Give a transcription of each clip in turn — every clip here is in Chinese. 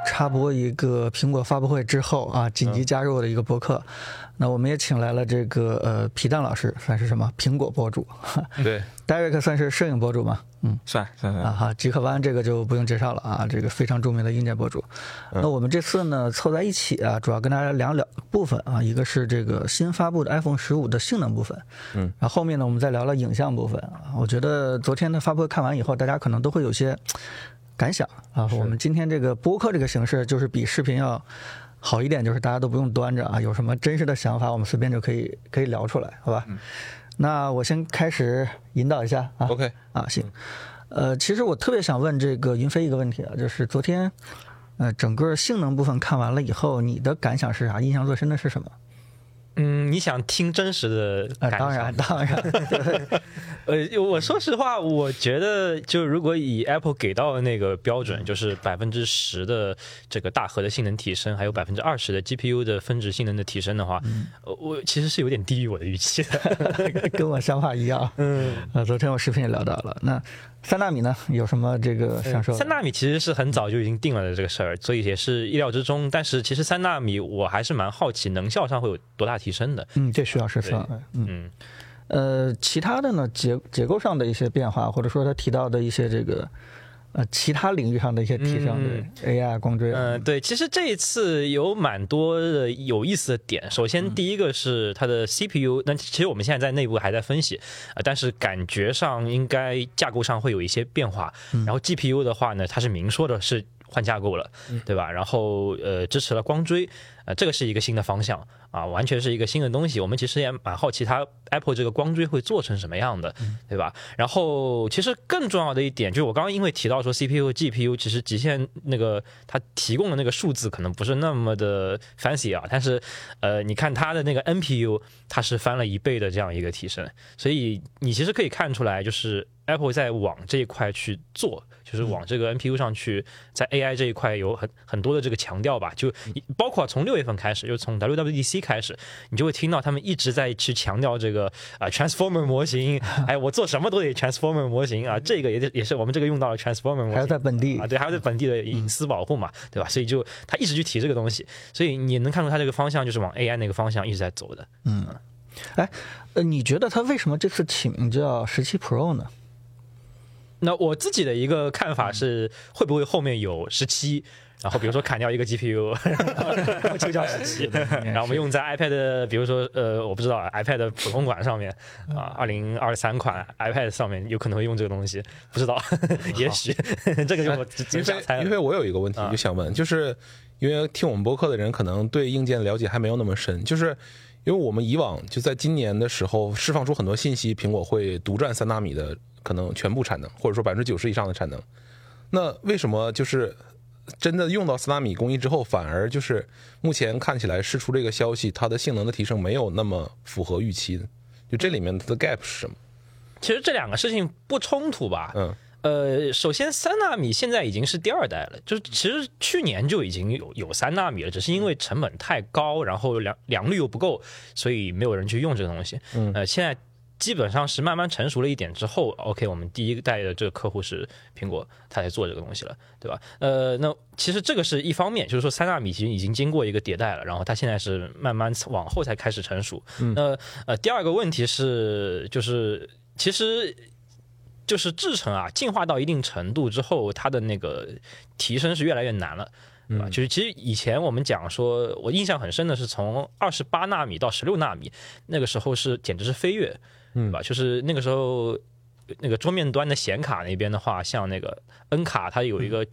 插播一个苹果发布会之后啊，紧急加入的一个播客。那我们也请来了这个皮蛋老师，算是什么苹果博主？ 对 ，Derek 算是摄影博主吗？ 算啊哈，极客湾这个就不用介绍了啊，这个非常著名的硬件博主。那我们这次呢凑在一起啊，主要跟大家聊两部分啊，一个是这个新发布的 iPhone 15的性能部分，然后后面呢我们再聊聊影像部分啊。我觉得昨天的发布会看完以后，大家可能都会有些感想啊。我们今天这个播客这个形式就是比视频要好一点，就是大家都不用端着啊，有什么真实的想法，我们随便就可以聊出来，好吧？那我先开始引导一下啊。 OK 啊，行。其实我特别想问这个云飞一个问题啊，就是昨天整个性能部分看完了以后，你的感想是啥？印象最深的是什么？ 你想听真实的感想？ 当然。 我说实话，我觉得就如果以 Apple 给到的那个标准，就是10%的这个大核的性能提升，还有20%的 GPU 的分值性能的提升的话，我其实是有点低于我的预期的， 跟我想法一样。昨天我视频也聊到了。那3纳米呢？有什么这个想说 ？3纳米其实是很早就已经定了的这个事儿，所以也是意料之中。但是其实3纳米我还是蛮好奇能效上会有多大提升的。 这需要试算。其他的呢，结构上的一些变化，或者说他提到的一些这个其他领域上的一些提升，对 AI 光追。 对，其实这一次有蛮多的有意思的点。首先第一个是它的 CPU，那其实我们现在在内部还在分析，但是感觉上应该架构上会有一些变化。然后 GPU 的话呢，它是明说的是换架构了，对吧？然后支持了光追，这个是一个新的方向啊，完全是一个新的东西。我们其实也蛮好奇它 Apple 这个光追会做成什么样的，对吧？然后其实更重要的一点就是我刚刚因为提到说 CPU 和 GPU 其实极限那个它提供的那个数字可能不是那么的 fancy 啊，但是你看它的那个 NPU 它是翻了1倍的这样一个提升，所以你其实可以看出来就是 Apple 在往这一块去做，就是往这个 NPU 上去，在 AI 这一块有很多的这个强调吧，就包括从6月份开始，就从 WWDC 开始，你就会听到他们一直在去强调这个Transformer 模型，我做什么都得 Transformer 模型啊，这个也是我们这个用到了 Transformer 模型， 还要在本地啊，对，还要在本地的隐私保护嘛，对吧？所以就他一直去提这个东西，所以你能看出他这个方向就是往 AI 那个方向一直在走的。 你觉得他为什么这次起名叫17 Pro 呢？ 那我自己的一个看法是，会不会后面有17，然后比如说砍掉一个 GPU， 然后就叫17，然后我们用在 iPad， 比如说我不知道 iPad 普通款上面啊，2023款 iPad 上面有可能会用这个东西，不知道，也许这个就我只想猜了。 因为我有一个问题就想问，就是因为听我们播客的人可能对硬件了解还没有那么深，就是因为我们以往就在今年的时候释放出很多信息，苹果会独占3纳米的可能全部产能，或者说90%以上的产能。那为什么就是真的用到4纳米工艺之后，反而就是目前看起来释出这个消息，它的性能的提升没有那么符合预期呢？就这里面它的 gap 是什么？ 其实这两个事情不冲突吧？首先3纳米现在已经是第2代了，就是其实去年就已经有3纳米了，只是因为成本太高，然后良率又不够，所以没有人去用这个东西。现在基本上是慢慢成熟了一点之后 ，OK， 我们第1代的这个客户是苹果，他在做这个东西了，对吧？那其实这个是一方面，就是说3纳米其实已经经过一个迭代了，然后它现在是慢慢往后才开始成熟。第二个问题是，就是其实就是制程啊，进化到一定程度之后，它的那个提升是越来越难了。对吧？就是其实以前我们讲说，我印象很深的是从28纳米到16纳米，那个时候是简直是飞跃，对吧？就是那个时候那个桌面端的显卡那边的话，像那个 N 卡，它有一个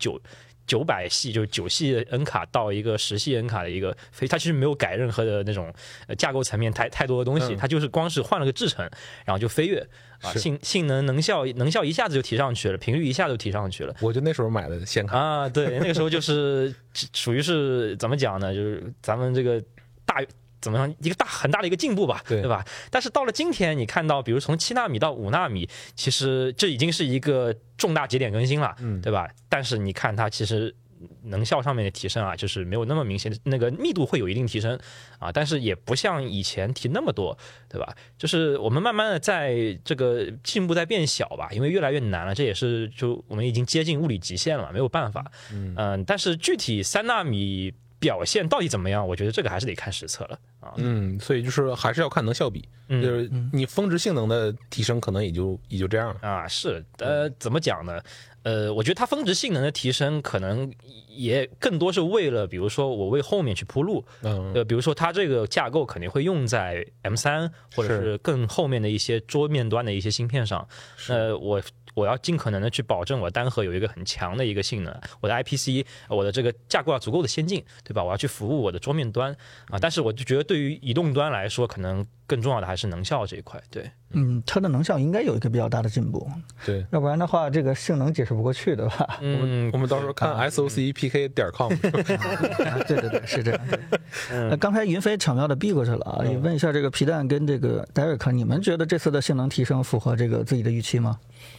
900系，就是9系的 N 卡到一个10系 N 卡的一个它其实没有改任何的那种架构层面太多的东西，它就是光是换了个制程，然后就飞跃。性能能效一下子就提上去了，频率一下就提上去了。 我就那时候买的显卡啊，对，那个时候就是属于是怎么讲呢？就是咱们这个怎么样一个很大的一个进步吧，对吧？但是到了今天，你看到比如从7纳米到5纳米，其实这已经是一个重大节点更新了，对吧？但是你看它其实能效上面的提升啊，就是没有那么明显，那个密度会有一定提升啊，但是也不像以前提那么多，对吧？就是我们慢慢的在这个进步在变小吧，因为越来越难了，这也是就我们已经接近物理极限了，没有办法。但是具体3纳米表现到底怎么样，我觉得这个还是得看实测了啊。 所以就是还是要看能效比，就是你峰值性能的提升可能也就这样了啊。是怎么讲呢？我觉得它峰值性能的提升可能也更多是为了，比如说我为后面去铺路，比如说它这个架构肯定会用在 M3 或者是更后面的一些桌面端的一些芯片上，我要尽可能的去保证我单核有一个很强的一个性能，我的 IPC 我的这个架构要足够的先进，对吧？我要去服务我的桌面端啊，但是我就觉得对于移动端来说，可能更重要的还是能效这一块。对， 它的能效应该有一个比较大的进步， 对， 要不然的话这个性能解释不过去，对吧？ 我们到时候看 SOCPK.com。 对，是这样。刚才云飞巧妙的避过去了啊，也问一下这个皮蛋跟这个 Derek， 你们觉得这次的性能提升符合这个自己的预期吗？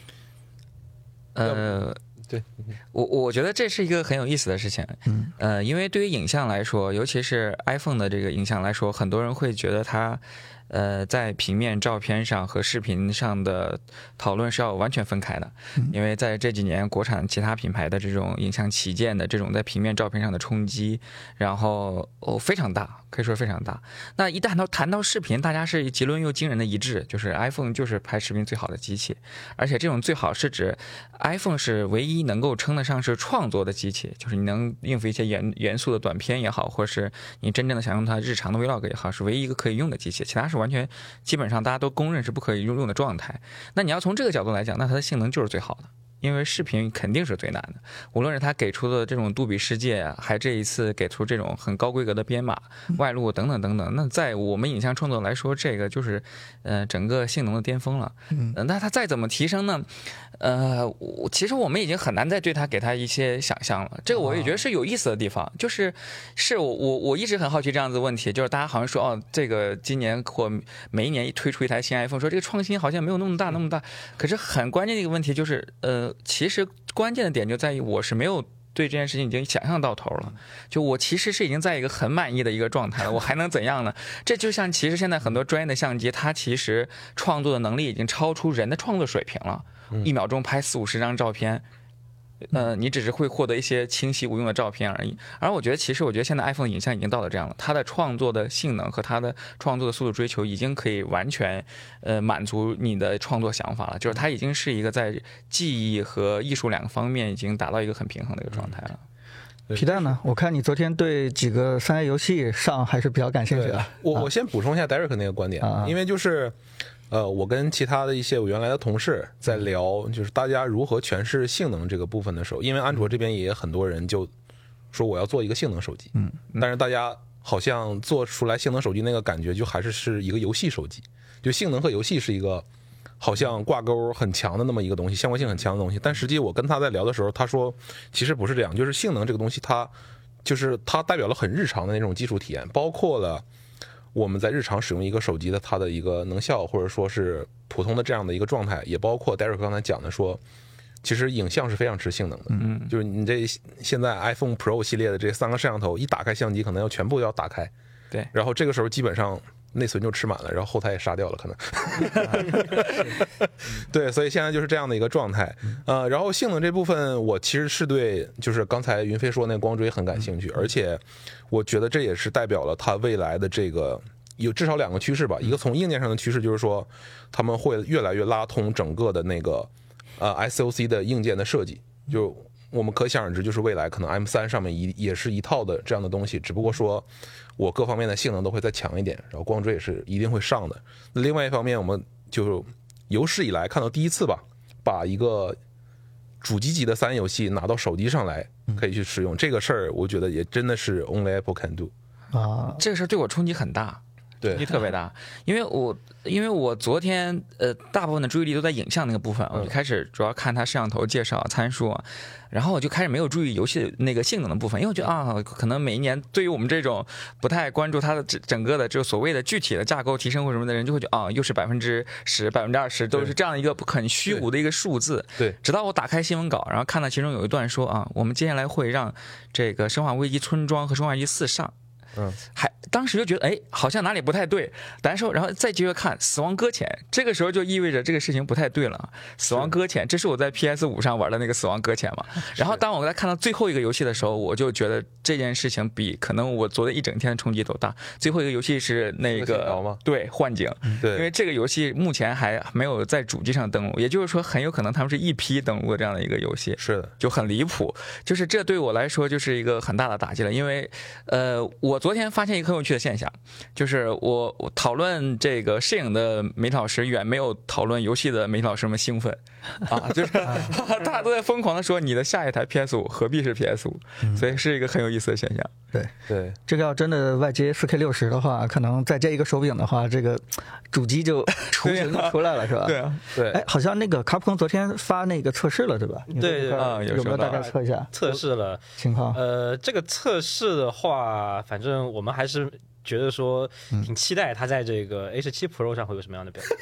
对， 我觉得这是一个很有意思的事情，因为对于影像来说，尤其是 iPhone 的这个影像来说，很多人会觉得它在平面照片上和视频上的讨论是要完全分开的，因为在这几年国产其他品牌的这种影像旗舰的这种在平面照片上的冲击，然后非常大，可以说非常大。那一旦谈到视频，大家是结论又惊人的一致，就是 iPhone 就是拍视频最好的机器，而且这种最好是指 iPhone 是唯一能够称得上是创作的机器，就是你能应付一些严肃的短片也好，或是你真正的想用它日常的 Vlog 也好，是唯一一个可以用的机器，其他是完全基本上大家都公认是不可以用的状态。那你要从这个角度来讲，那它的性能就是最好的，因为视频肯定是最难的，无论是它给出的这种杜比世界啊，还这一次给出这种很高规格的编码、外录等等等等，那在我们影像创作来说，这个就是整个性能的巅峰了。那它再怎么提升呢？其实我们已经很难再对它给它一些想象了。这个我也觉得是有意思的地方，就是我一直很好奇这样子的问题，就是大家好像说这个今年或每一年推出一台新 iPhone， 说这个创新好像没有那么大，可是很关键的一个问题就是其实关键的点就在于我是没有对这件事情已经想象到头了，就我其实是已经在一个很满意的一个状态了，我还能怎样呢？这就像其实现在很多专业的相机，它其实创作的能力已经超出人的创作水平了，1秒钟拍40-50张照片。你只是会获得一些清晰无用的照片而已。而我觉得现在 iPhone 影像已经到了这样了，它的创作的性能和它的创作的速度追求已经可以完全满足你的创作想法了，就是它已经是一个在技艺和艺术2个方面已经达到一个很平衡的一个状态了。 皮蛋呢？我看你昨天对几个3A 游戏上还是比较感兴趣的。 我先补充一下 Derek 那个观点，因为就是我跟其他的一些我原来的同事在聊，就是大家如何诠释性能这个部分的时候，因为安卓这边也很多人就说我要做一个性能手机，但是大家好像做出来性能手机那个感觉就还是一个游戏手机，就性能和游戏是一个好像挂钩很强的那么一个东西，相关性很强的东西。但实际我跟他在聊的时候，他说其实不是这样，就是性能这个东西它代表了很日常的那种基础体验，包括了我们在日常使用一个手机的它的一个能效，或者说是普通的这样的一个状态，也包括 Derek 刚才讲的说，其实影像是非常吃性能的。就是你这现在 iPhone Pro 系列的这3个摄像头，一打开相机可能全部要打开， 对， 然后这个时候基本上内存就吃满了，然后后台也杀掉了可能。对，所以现在就是这样的一个状态。然后性能这部分我其实是对就是刚才云飞说那光追很感兴趣，而且我觉得这也是代表了它未来的这个有至少2个趋势吧。一个从硬件上的趋势就是说他们会越来越拉通整个的那个SoC 的硬件的设计，就我们可想而知，就是未来可能 M3 上面也是一套的这样的东西，只不过说我各方面的性能都会再强一点，然后光追也是一定会上的。那另外一方面，我们就有史以来看到第一次吧，把一个主机级的3A 游戏拿到手机上来可以去使用，这个事儿我觉得也真的是 Only Apple can do 这个事儿对我冲击很大。 对， 特别大。因为我昨天大部分的注意力都在影像那个部分，我就开始主要看它摄像头介绍参数，然后我就开始没有注意游戏那个性能的部分，因为我觉得可能每一年对于我们这种不太关注它的整个的就所谓的具体的架构提升或什么的人，就会觉得又是10%、20%都是这样一个很虚无的一个数字。 对， 直到我打开新闻稿，然后看到其中有一段说我们接下来会让这个《生化危机村庄》和《生化危机4》上。当时就觉得好像哪里不太对，然后再接着看《死亡搁浅》，这个时候就意味着这个事情不太对了。死亡搁浅，这是我在 PS5 上玩的那个死亡搁浅嘛。然后当我在看到最后一个游戏的时候，我就觉得这件事情比可能我昨天一整天的冲击都大。最后一个游戏是那个对幻景， 对， 因为这个游戏目前还没有在主机上登陆，也就是说很有可能他们是一批登陆的这样的一个游戏， 是的， 就很离谱。就是这对我来说就是一个很大的打击了，因为我昨天发现一个很有趣的现象，就是我讨论这个摄影的媒体老师远没有讨论游戏的媒体老师们兴奋就是大家都在疯狂的说你的下一台 PS5 何必是 PS5，所以是一个很有意思的现象。 对，这个要真的外接 4K60的话，可能再接一个手柄的话，这个主机就雏形出来了，是吧？ 对啊， 对。 好像那个卡普空昨天发那个测试了，对吧？ 对有没有大概测一下？ 测试了情况。 这个测试的话，反正我们还是觉得说挺期待它在这个 A17 Pro 上会有什么样的表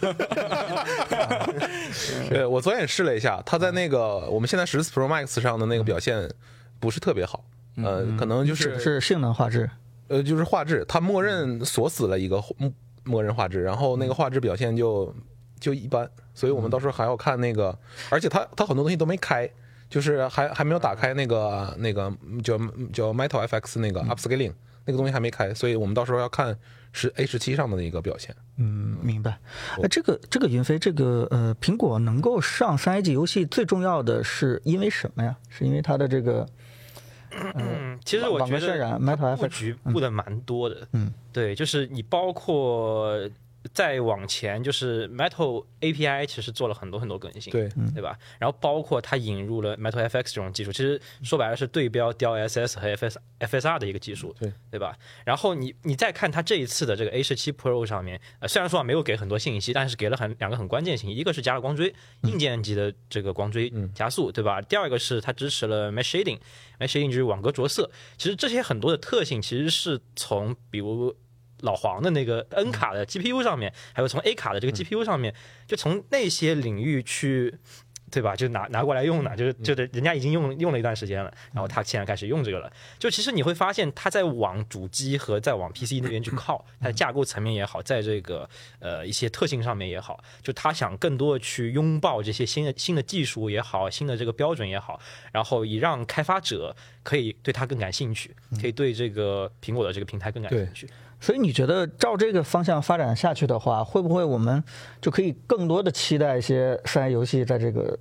现。对，我昨天也试了一下，它在那个我们现在14 Pro Max 上的那个表现不是特别好，可能就是性能画质， 就是画质，它默认锁死了一个默认画质，然后那个画质表现就一般，所以我们到时候还要看那个，而且它很多东西都没开。就是还没有打开那个叫 Metal FX 那个 Upscaling 那个东西还没开，所以我们到时候要看是 A17 上的那个表现。 明白。这个云飞，这个苹果能够上3A 级游戏，最重要的是因为什么呀？是因为它的这个其实我觉得 Metal 布局布的蛮多的。对，就是你包括再往前，就是 Metal API 其实做了很多更新，对吧？然后包括它引入了 Metal FX 这种技术，其实说白了是对标 DLSS 和 FSR 的一个技术，对吧？然后你再看它这一次的这个 A17 Pro 上面，虽然说没有给很多信息，但是给了两个很关键信息，一个是加了光追，硬件级的这个光追加速，对吧？第二个是它支持了 Mesh Shading 就是网格着色。其实这些很多的特性其实是从比如老黄的那个 N 卡的 GPU 上面，还有从 A 卡的这个 GPU 上面，就从那些领域去，对吧？就拿过来用呢，就是人家已经用了一段时间了，然后他现在开始用这个了。就其实你会发现，他在往主机和在往 PC 那边去靠，它的架构层面也好，在这个一些特性上面也好，就他想更多的去拥抱这些新的技术也好，新的这个标准也好，然后以让开发者可以对它更感兴趣，可以对这个苹果的这个平台更感兴趣。 所以你觉得照这个方向发展下去的话，会不会我们就可以更多的期待一些3A 游戏在这个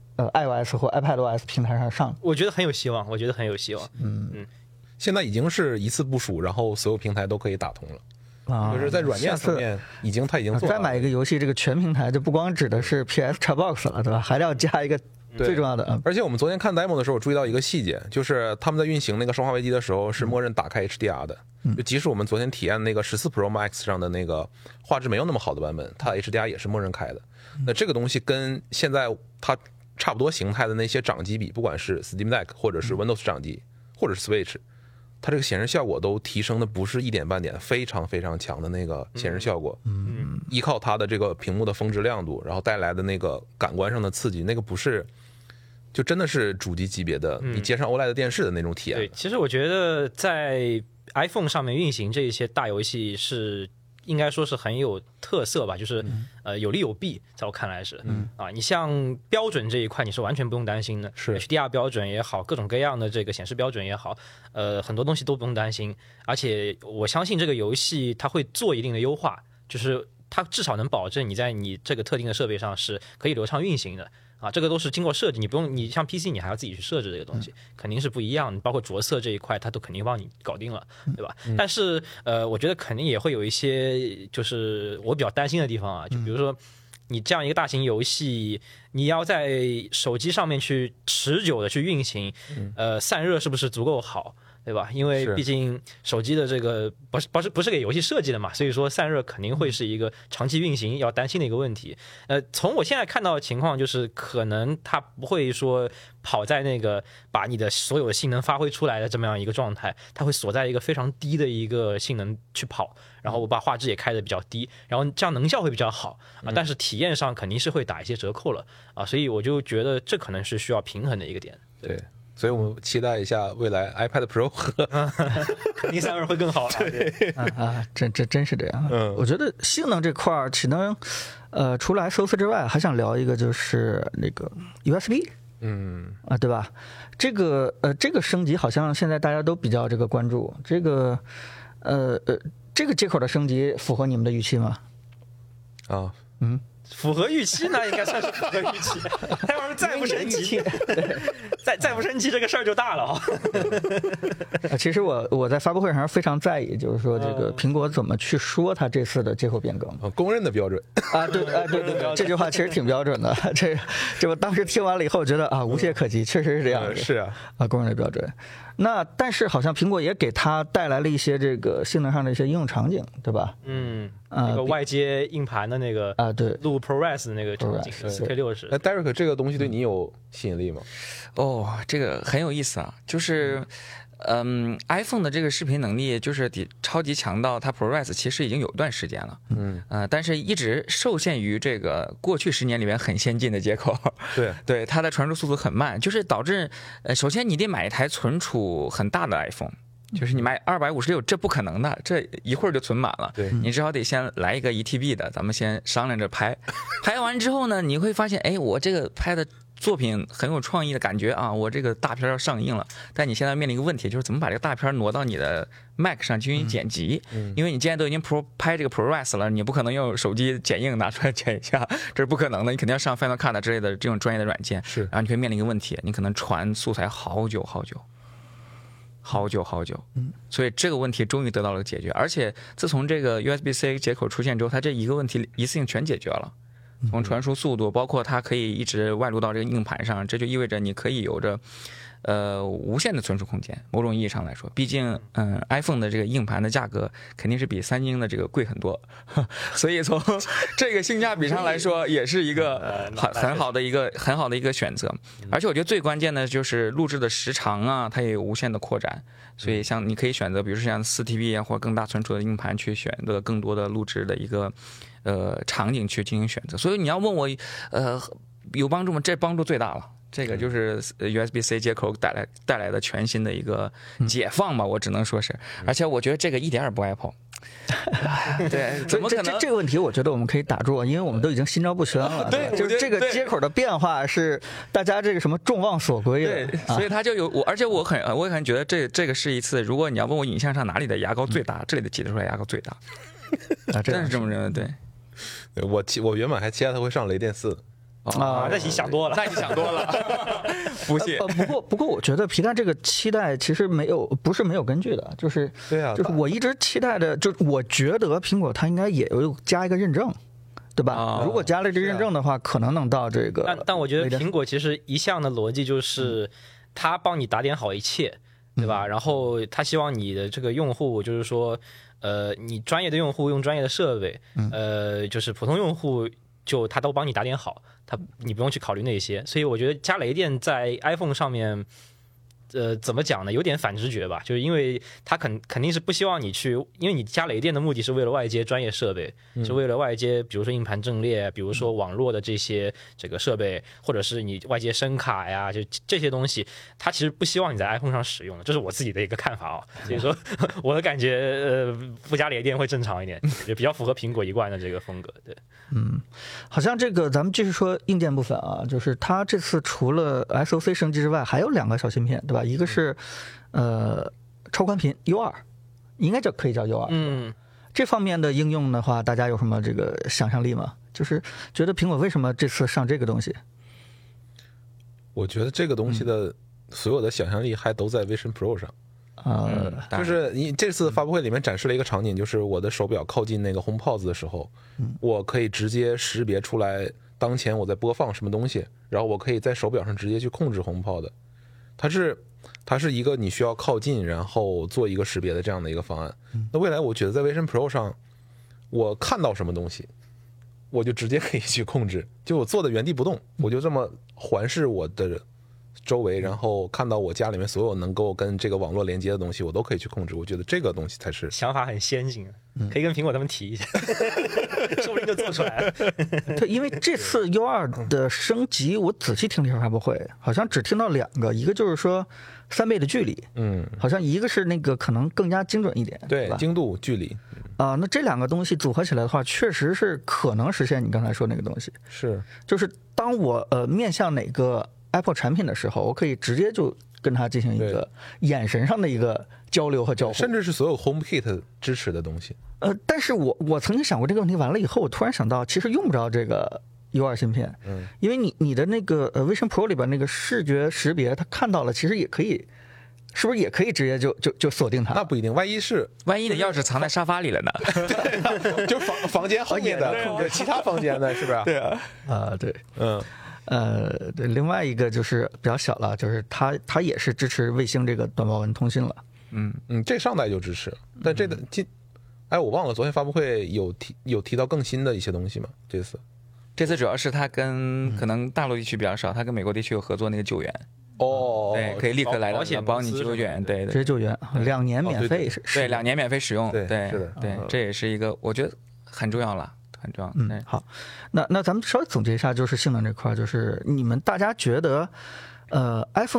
iOS 或 iPadOS 平台上上？ 我觉得很有希望， 现在已经是一次部署，然后所有平台都可以打通了。就是在软件层面它已经做了。 再买一个游戏，这个全平台就不光指的是 PS Xbox 了，对吧？还要加一个最重要的。 而且我们昨天看 demo 的时候，我注意到一个细节，就是他们在运行那个生化危机的时候是默认打开 HDR 的。就即使我们昨天体验那个14 Pro Max 上的那个画质没有那么好的版本，它 HDR 也是默认开的。那这个东西跟现在它差不多形态的那些掌机比，不管是 Steam Deck 或者是 Windows 掌机，或者是 Switch， 它这个显示效果都提升的不是一点半点，非常非常强的那个显示效果。依靠它的这个屏幕的峰值亮度，然后带来的那个感官上的刺激，那个不是。就真的是主机级别的，你接上 OLED 电视的那种体验。 对，其实我觉得在 iPhone 上面运行这些大游戏是应该说是很有特色吧，就是有利有弊，在我看来是。你像标准这一块你是完全不用担心的， 是 HDR 标准也好，各种各样的这个显示标准也好，很多东西都不用担心。而且我相信这个游戏它会做一定的优化，就是它至少能保证你在你这个特定的设备上是可以流畅运行的。这个都是经过设计，你不用，你像 PC 你还要自己去设置这个东西，肯定是不一样，包括着色这一块它都肯定帮你搞定了，对吧？但是我觉得肯定也会有一些就是我比较担心的地方啊，就比如说你这样一个大型游戏，你要在手机上面去持久的去运行，散热是不是足够好？ 对吧？因为毕竟手机的这个不是给游戏设计的嘛，所以说散热肯定会是一个长期运行要担心的一个问题。从我现在看到的情况，就是可能它不会说跑在那个把你的所有的性能发挥出来的这么样一个状态，它会锁在一个非常低的一个性能去跑，然后我把画质也开得比较低，然后这样能效会比较好啊，但是体验上肯定是会打一些折扣了啊，所以我就觉得这可能是需要平衡的一个点。 对。所以我们期待一下未来 iPad Pro 肯定散热会更好了。 对真是这样。我觉得性能这块儿，其能除了 SoC 之外，还想聊一个就是那个 USB。对吧？这个升级好像现在大家都比较这个关注。这个接口的升级符合你们的预期吗？ 符合预期呢，应该算是符合预期。他要是再不升级，再不升级，这个事儿就大了啊。 其实我在发布会上非常在意，就是说这个苹果怎么去说它这次的接口变更， 公认的标准啊，对，这句话其实挺标准的。这我当时听完了以后，觉得啊，无懈可击，确实是这样的。 是啊， 公认的标准。那但是好像苹果也给它带来了一些这个性能上的一些应用场景，对吧？ 那个外接硬盘的那个对， 录 ProRes 的那个场景4K60。 那 Derek 这个东西对你有吸引力吗？ 这个很有意思啊，就是iPhone 的这个视频能力就是超级强到它 ProRes 其实已经有段时间了，但是一直受限于这个过去10年里面很先进的接口，对，它的传输速度很慢，就是导致首先你得买一台存储很大的 iPhone。就是你买256，这不可能的，这一会儿就存满了。 对， 你至少得先来一个1TB 的，咱们先商量着拍。拍完之后呢，你会发现，我这个拍的作品很有创意的感觉啊，我这个大片要上映了。但你现在面临一个问题，就是怎么把这个大片挪到你的 Mac 上进行剪辑？因为你既然都已经拍这个 ProRes 了，你不可能用手机剪映拿出来剪一下，这是不可能的。你肯定要上 Final Cut 之类的这种专业的软件。 是， 然后你会面临一个问题，你可能传素材好久。所以这个问题终于得到了解决，而且自从这个 USB-C 接口出现之后，它这一个问题一次性全解决了。从传输速度，包括它可以一直外录到这个硬盘上，这就意味着你可以有着无限的存储空间。某种意义上来说，毕竟iPhone 的这个硬盘的价格肯定是比3星的这个贵很多，所以从这个性价比上来说，也是一个很好的一个选择。而且我觉得最关键的就是录制的时长啊，它也有无限的扩展。所以像你可以选择，比如说像4TB 啊或更大存储的硬盘，去选择更多的录制的一个场景去进行选择。所以你要问我有帮助吗？这帮助最大了。这个就是 USB-C 接口带来的全新的一个解放吧，我只能说是。而且我觉得这个一点也不 Apple。对，怎么可能？ 这个问题我觉得我们可以打住，因为我们都已经心照不宣了。 对， 就是这个接口的变化是大家这个什么众望所归的。 对，所以它就有而且我也很觉得这个是一次，如果你要问我影像上哪里的牙膏最大，这里的挤得出来牙膏最大。真是这么认为？对。 我原本还期待它会上雷电4。 那你想多了， 不信。 不过我觉得皮蛋这个期待其实不是没有根据的，就是对啊， 就是我一直期待的，就是我觉得苹果它应该也有加一个认证，对吧？如果加了这个认证的话，可能能到这个。 但我觉得苹果其实一向的逻辑就是它帮你打点好一切，对吧？然后它希望你的这个用户就是说，你专业的用户用专业的设备，就是普通用户就他都帮你打点好。你不用去考虑那些，所以我觉得加雷电在 iPhone 上面，怎么讲呢？有点反直觉吧，就是因为它肯定是不希望你去，因为你加雷电的目的是为了外接专业设备，是为了外接比如说硬盘阵列，比如说网络的这个设备，或者是你外接声卡呀，就这些东西，它其实不希望你在 iPhone 上使用的，这是我自己的一个看法啊。所以说我的感觉，不加雷电会正常一点，也比较符合苹果一贯的这个风格。对， 好像这个咱们继续说硬件部分啊，就是它这次除了 SoC 升级之外，还有2个小芯片，对吧？一个是超宽频 U2， 应该可以叫 U2。这方面的应用的话，大家有什么这个想象力吗？就是觉得苹果为什么这次上这个东西？ 我觉得这个东西的所有的想象力还都在 Vision Pro 上。就是你这次发布会里面展示了一个场景，就是我的手表靠近那个 HomePod 的时候，我可以直接识别出来当前我在播放什么东西，然后我可以在手表上直接去控制 HomePod。 它是一个你需要靠近然后做一个识别的这样的一个方案。那未来我觉得在 Vision Pro 上，我看到什么东西，我就直接可以去控制，就我坐在原地不动，我就这么环视我的周围，然后看到我家里面所有能够跟这个网络连接的东西，我都可以去控制。我觉得这个东西才是想法很先进，可以跟苹果他们提一下，说不定就做出来了。 对，因为这次 U2 的升级，我仔细听了一下发布会，好像只听到2个，一个就是说3倍的距离，好像一个是那个可能更加精准一点， 对，精度、距离那这2个东西组合起来的话，确实是可能实现你刚才说那个东西， 是， 就是当我面向哪个 Apple 产品的时候，我可以直接就跟它进行一个眼神上的一个交流和交互， 甚至是所有 HomeKit 支持的东西。 但是我曾经想过这个问题，完了以后，我突然想到，其实用不着这个 U2 芯片，因为你的那个Vision Pro 里边那个视觉识别，它看到了，其实也可以，是不是也可以直接就锁定它？ 那不一定，万一你的钥匙藏在沙发里了呢？ 对，就房间后面的控制其他房间的，是不是？ 对啊， 对，对，另外一个就是比较小了，就是它也是支持卫星这个短报文通信了。 这上代就支持，但这个我忘了昨天发布会有提到更新的一些东西吗？ 这次主要是它跟可能大陆地区比较少，它跟美国地区有合作那个救援。对，可以立刻来到帮你救援，对， 直接救援，2年免费是， 对，2年免费使用，对， 是的， 对，这也是一个我觉得很重要了。很重要。 好，那咱们稍微总结一下，就是性能这块，就是你们大家觉得，iPhone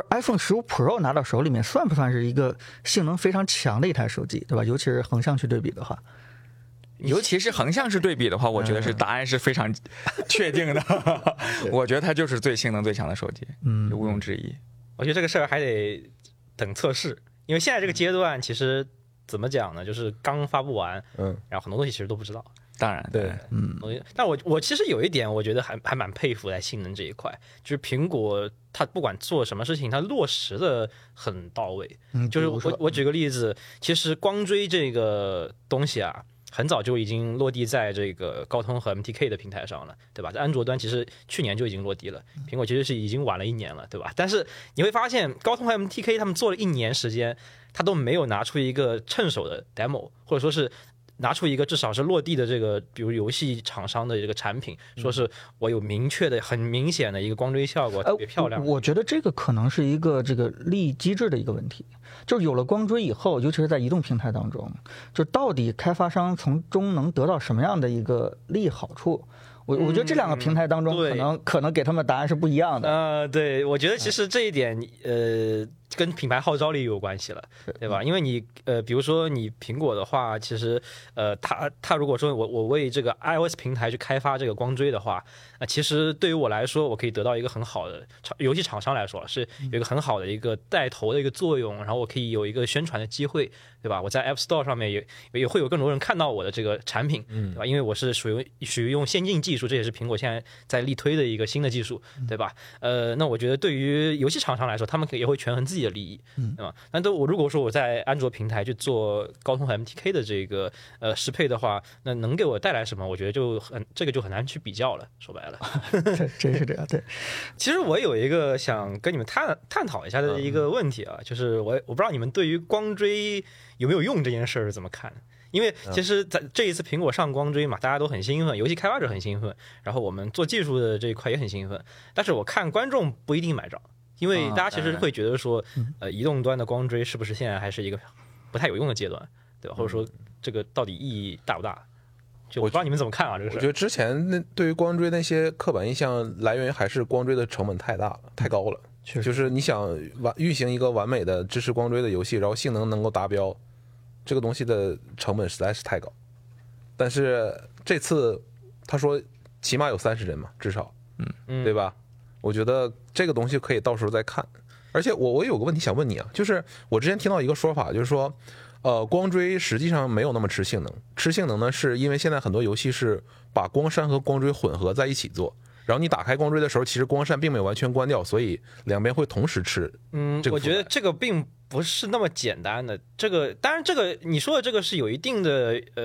15 Pro 拿到手里面，算不算是一个性能非常强的一台手机，对吧？尤其是横向去对比的话， 尤其是横向式对比的话，我觉得是答案是非常确定的。我觉得它就是最性能最强的手机，毋庸置疑。 我觉得这个事儿还得等测试，因为现在这个阶段其实怎么讲呢，就是刚发布完，然后很多东西其实都不知道。 当然， 对， 但我其实有一点，我觉得还蛮佩服在性能这一块，就是苹果它不管做什么事情，它落实的很到位。就是我举个例子，其实光追这个东西啊，很早就已经落地在这个高通和 MTK 的平台上了，对吧？在安卓端其实去年就已经落地了，苹果其实是已经晚了1年了，对吧？但是你会发现，高通和 MTK 他们做了1年时间，他都没有拿出一个趁手的 demo， 或者说是拿出一个至少是落地的这个，比如游戏厂商的这个产品，说是我有明确的、很明显的一个光追效果，特别漂亮。 我觉得这个可能是一个这个利益机制的一个问题，就是有了光追以后，尤其是在移动平台当中，就到底开发商从中能得到什么样的一个利益好处？我觉得这2个平台当中，可能给他们答案是不一样的。 对，我觉得其实这一点，跟品牌号召力有关系了，对吧？因为你比如说你苹果的话，其实它如果说我为这个 iOS 平台去开发这个光追的话，其实对于我来说，我可以得到一个很好的游戏厂商来说是有一个很好的一个带头的一个作用，然后我可以有一个宣传的机会，对吧？我在 App Store 上面也会有更多人看到我的这个产品，对吧？因为我是属于用先进技术，这也是苹果现在在力推的一个新的技术，对吧？那我觉得对于游戏厂商来说，他们也会权衡自己的利益，对吧？但我如果说我在安卓平台去做高通和 MTK 的这个适配的话，那能给我带来什么？我觉得这个就很难去比较了。说白了， 真是这样。对， 其实我有一个想跟你们探讨一下的一个问题啊，就是我不知道你们对于光追有没有用这件事儿怎么看？因为其实在这一次苹果上光追嘛，大家都很兴奋，游戏开发者很兴奋，然后我们做技术的这一块也很兴奋，但是我看观众不一定买账，因为大家其实会觉得说，移动端的光追是不是现在还是一个不太有用的阶段，对吧？或者说这个到底意义大不大？就我不知道你们怎么看啊？这个事， 我觉得之前对于光追那些刻板印象来源于还是光追的成本太大了，太高了。就是你想运行一个完美的支持光追的游戏，然后性能能够达标，这个东西的成本实在是太高。但是这次他说起码有30帧嘛，至少，对吧？我觉得这个东西可以到时候再看。而且我有个问题想问你啊，就是我之前听到一个说法，就是说，光追实际上没有那么吃性能，吃性能呢是因为现在很多游戏是把光栅和光追混合在一起做。然后你打开光追的时候，其实光栅并没有完全关掉，所以两边会同时吃。 我觉得这个并不是那么简单的。这个当然，这个你说的这个是有一定的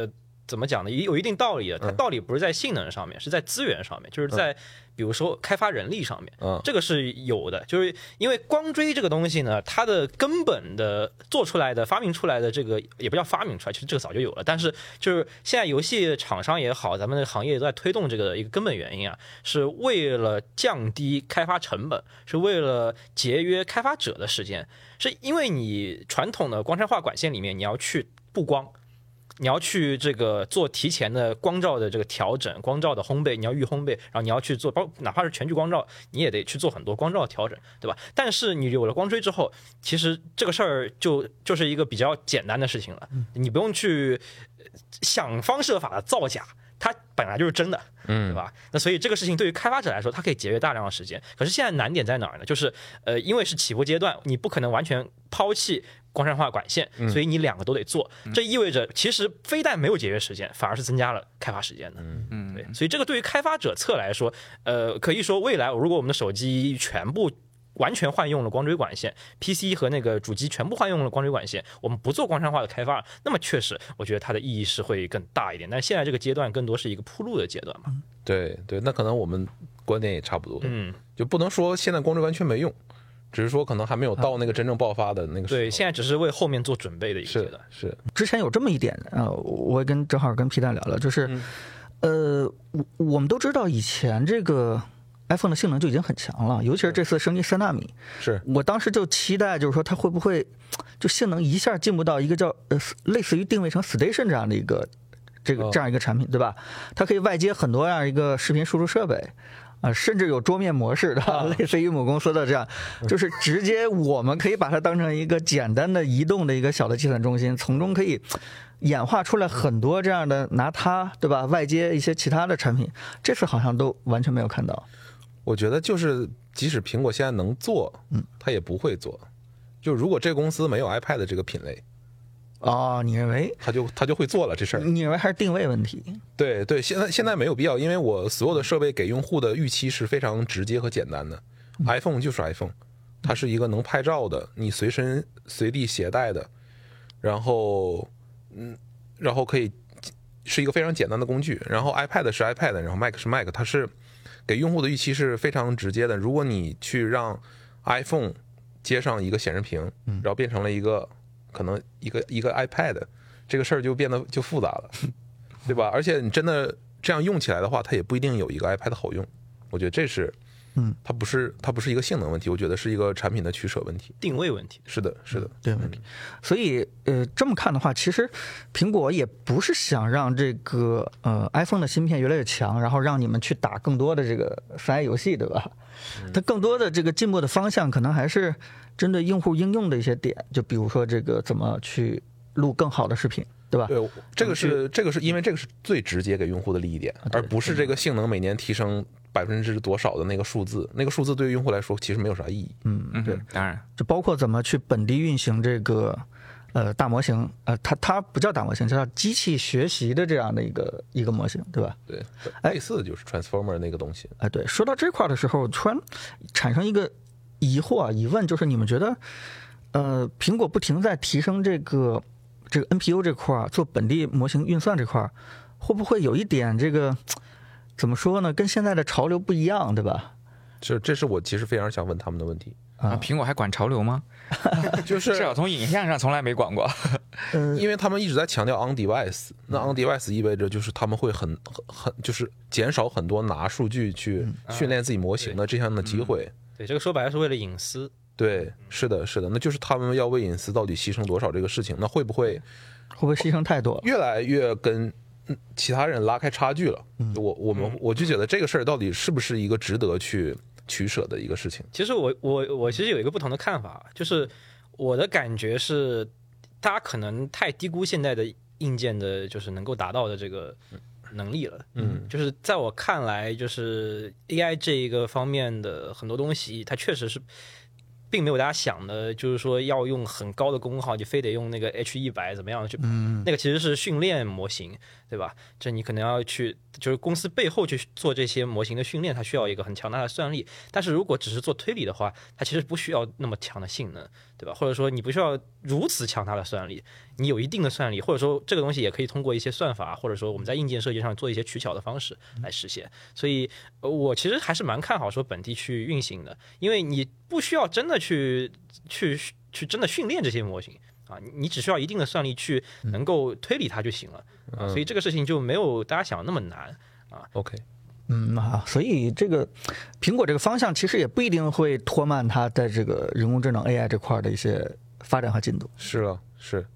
怎么讲呢？有一定道理的。它道理不是在性能上面，是在资源上面，就是在比如说开发人力上面，这个是有的。就是因为光追这个东西呢，它的根本的做出来的、发明出来的这个也不叫发明出来，其实这个早就有了。但是就是现在游戏厂商也好，咱们的行业都在推动这个的一个根本原因啊，是为了降低开发成本，是为了节约开发者的时间，是因为你传统的光山化管线里面你要去布光。你要去这个做提前的光照的这个调整，光照的烘焙，你要预烘焙，然后你要去做，哪怕是全局光照，你也得去做很多光照的调整，对吧？但是你有了光追之后，其实这个事儿就是一个比较简单的事情了，你不用去想方设法的造假。它本来就是真的，对吧？那所以这个事情对于开发者来说，它可以节约大量的时间。可是现在难点在哪儿呢？就是因为是起步阶段，你不可能完全抛弃光山化管线，所以你两个都得做。这意味着其实非但没有节约时间，反而是增加了开发时间的。对，所以这个对于开发者侧来说，可以说未来如果我们的手机全部完全换用了光追管线 ，PC 和那个主机全部换用了光追管线，我们不做光山化的开发，那么确实，我觉得它的意义是会更大一点。但是现在这个阶段更多是一个铺路的阶段嘛。 对对，那可能我们观点也差不多，就不能说现在光追完全没用，只是说可能还没有到那个真正爆发的那个时候。 对，现在只是为后面做准备的一个阶段。 是之前有这么一点我也正好跟皮蛋聊聊，就是我们都知道以前这个iPhone 的性能就已经很强了，尤其是这次升级3纳米， 是我当时就期待，就是说它会不会就性能一下进步到一个叫类似于定位成 Station 这样的一个这样一个产品，对吧？它可以外接很多样一个视频输出设备甚至有桌面模式的，类似于母公司的这样，就是直接我们可以把它当成一个简单的移动的一个小的计算中心，从中可以演化出来很多这样的拿它，对吧？外接一些其他的产品，这次好像都完全没有看到。 我觉得就是即使苹果现在能做，它也不会做。就如果这个公司没有 iPad 这个品类， 你认为他就会做了这事儿？ 你认为还是定位问题？ 对对，现在没有必要，因为我所有的设备给用户的预期是非常直接和简单的。iPhone 就是 iPhone， 它是一个能拍照的，你随身随地携带的，然后可以是一个非常简单的工具。然后 iPad 是 iPad， 然后 Mac 是 Mac， 它是给用户的预期是非常直接的。如果你去让 iPhone 接上一个显示屏，然后变成了一个可能一个 iPad， 这个事儿就变得就复杂了，对吧？而且你真的这样用起来的话，它也不一定有一个 iPad 好用。我觉得这是，它不是一个性能问题，我觉得是一个产品的取舍问题、 定位问题。 是的，是的， 对问题。所以这么看的话，其实苹果也不是想让这个iPhone 的芯片越来越强，然后让你们去打更多的这个3A 游戏，对吧？它更多的这个进步的方向，可能还是针对用户应用的一些点，就比如说这个怎么去录更好的视频，对吧？ 对，这个是因为这个是最直接给用户的利益点，而不是这个性能每年提升%多少的那个数字，那个数字对于用户来说其实没有啥意义。 对， 当然， 就包括怎么去本地运行这个大模型，它不叫大模型，叫机器学习的这样的一个模型，对吧？ 对，类似的就是 Transformer 那个东西。 对，说到这块的时候，突然产生一个疑问，就是你们觉得，苹果不停在提升这个 NPU 这块做本地模型运算这块，会不会有一点这个怎么说呢？跟现在的潮流不一样，对吧？ 这是我其实非常想问他们的问题。 苹果还管潮流吗？ 就是至少从影像上从来没管过。 因为他们一直在强调 on device， 那 on device 意味着就是他们会很就是减少很多拿数据去训练自己模型的这样的机会。 对，这个说白了是为了隐私。 对，是的，是的，那就是他们要为隐私到底牺牲多少这个事情，那会不会牺牲太多了， 越来越跟其他人拉开差距了？我就觉得这个事儿到底是不是一个值得去取舍的一个事情？ 其实我其实有一个不同的看法，就是我的感觉是，大家可能太低估现在的硬件的，就是能够达到的这个能力了。就是在我看来，就是 AI 这一个方面的很多东西，它确实是并没有大家想的，就是说要用很高的功耗，就非得用那个 H100怎么样去，那个其实是训练模型，对吧？这你可能要去，就是公司背后去做这些模型的训练，它需要一个很强大的算力。但是如果只是做推理的话，它其实不需要那么强的性能。 对吧？或者说你不需要如此强大的算力，你有一定的算力，或者说这个东西也可以通过一些算法，或者说我们在硬件设计上做一些取巧的方式来实现。所以我其实还是蛮看好说本地去运行的，因为你不需要真的去真的训练这些模型啊，你只需要一定的算力去能够推理它就行了啊，所以这个事情就没有大家想的那么难啊。 OK。 所以这个苹果这个方向其实也不一定会拖慢它在这个人工智能 AI 这块的一些发展和进度。 是啊，是。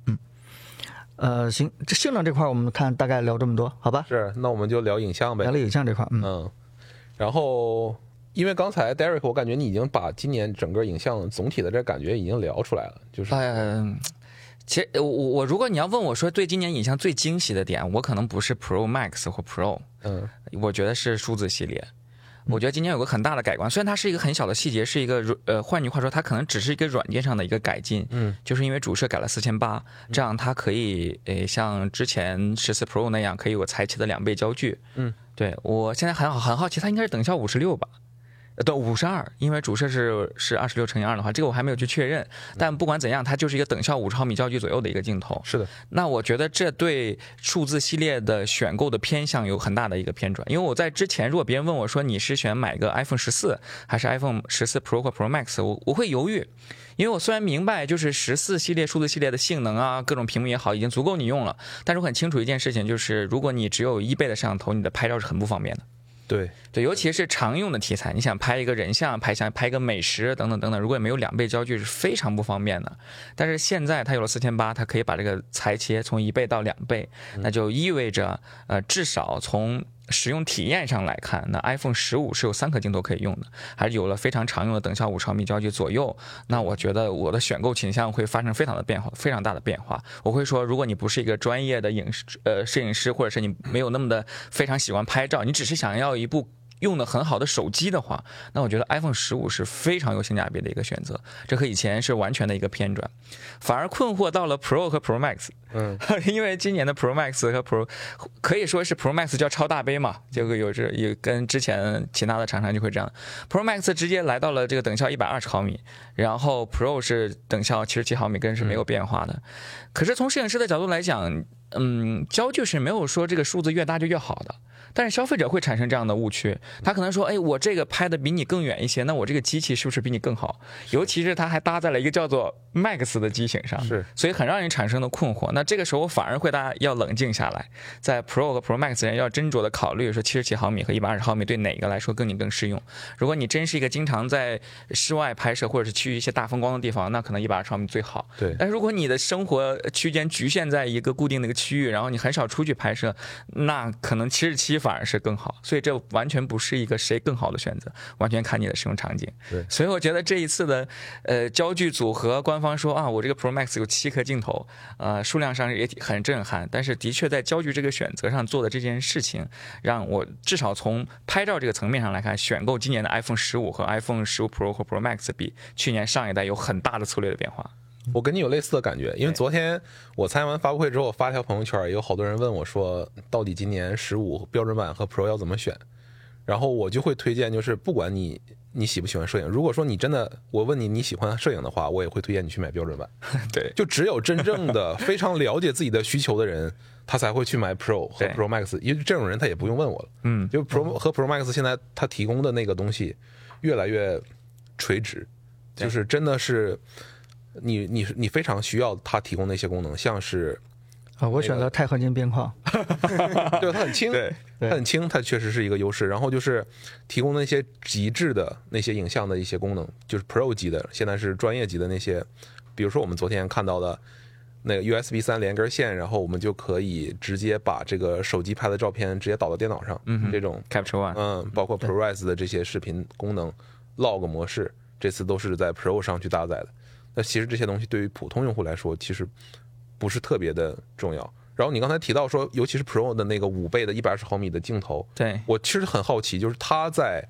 行，这性能这块我们看大概聊这么多，好吧？ 是，那我们就聊影像呗。 聊影像这块， 然后因为刚才 Derek 我感觉你已经把今年整个影像总体的这感觉已经聊出来了，就是其实我如果你要问我说对今年影像最惊喜的点，我可能不是 Pro Max 或 Pro，我觉得是数字系列。我觉得今年有个很大的改观，虽然它是一个很小的细节，是一个换句话说，它可能只是一个软件上的一个改进，就是因为主摄改了4800，这样它可以像之前14 Pro 那样，可以有裁切的2倍焦距。对，我现在很好奇，它应该是等效56吧？对，52，因为主摄是26×2的话，这个我还没有去确认。但不管怎样，它就是一个等效50毫米焦距左右的一个镜头。 是的。 那我觉得这对数字系列的选购的偏向有很大的一个偏转。因为我在之前，如果别人问我说你是选买个 iPhone 14还是 iPhone 14 Pro 或 Pro Max， 我会犹豫。因为我虽然明白就是14系列数字系列的性能啊，各种屏幕也好，已经足够你用了，但是我很清楚一件事情，就是如果你只有1倍的摄像头，你的拍照是很不方便的。 对， 尤其是常用的题材，你想拍一个人像，拍一个美食等等等等，如果没有2倍焦距是非常不方便的。但是现在它有了4800，它可以把这个裁切从1倍到2倍，那就意味着至少从使用体验上来看，那 iPhone 15是有3颗镜头可以用的，还是有了非常常用的等效50毫米焦距左右。那我觉得我的选购倾向会发生非常大的变化。我会说，如果你不是一个专业的摄影师，或者是你没有那么的非常喜欢拍照，你只是想要一部用的很好的手机的话，那我觉得 iPhone 15是非常有性价比的一个选择，这和以前是完全的一个偏转。反而困惑到了 Pro 和 Pro Max，因为今年的 Pro Max 和 Pro 可以说是 Pro Max 叫超大杯嘛，这个有跟之前其他的厂商就会这样。Pro Max 直接来到了这个等效120毫米，然后 Pro 是等效77毫米，跟是没有变化的。可是从摄影师的角度来讲，焦距是没有说这个数字越大就越好的。但是消费者会产生这样的误区，他可能说，我这个拍的比你更远一些，那我这个机器是不是比你更好？尤其是它还搭载了一个叫做 Max 的机型上，所以很让人产生的困惑。那这个时候反而会大家要冷静下来，在 Pro 和 Pro Max 人要斟酌的考虑说77毫米和120毫米对哪个来说更适用。如果你真是一个经常在室外拍摄或者是去一些大风光的地方，那可能120毫米最好。 对。 但如果你的生活区间局限在一个固定的一个区域，然后你很少出去拍摄，那可能77反而是更好。所以这完全不是一个谁更好的选择，完全看你的使用场景。 对。 所以我觉得这一次的焦距组合，官方说我这个 Pro Max 有7颗镜头，数量上也很震撼，但是的确在焦距这个选择上做的这件事情，让我至少从拍照这个层面上来看，选购今年的 iPhone 15和 iPhone 15 Pro 和 Pro Max 比去年上一代有很大的策略的变化。 我跟你有类似的感觉，因为昨天我参加完发布会之后，我发条朋友圈，有好多人问我说，到底今年15标准版和 Pro 要怎么选？然后我就会推荐，就是不管你喜不喜欢摄影，如果说你真的，我问你喜欢摄影的话，我也会推荐你去买标准版。 对， 就只有真正的非常了解自己的需求的人，他才会去买 Pro 和 Pro Max， 因为这种人他也不用问我了。就 Pro 和 Pro Max 现在他提供的那个东西越来越垂直，就是真的是你非常需要他提供的一些功能，像是我选择钛合金边框， 对，它很轻，它很轻，它确实是一个优势。然后就是提供那些极致的那些影像的一些功能，就是 Pro 级的，现在是专业级的那些，比如说我们昨天看到的那个 USB 3连根线，然后我们就可以直接把这个手机拍的照片直接导到电脑上，这种 Capture One， 包括 ProRes 的这些视频功能 ，Log 模式，这次都是在 Pro 上去搭载的。那其实这些东西对于普通用户来说，其实不是特别的重要。然后你刚才提到说，尤其是 Pro 的那个5倍的120毫米的镜头， 对， 我其实很好奇，就是它在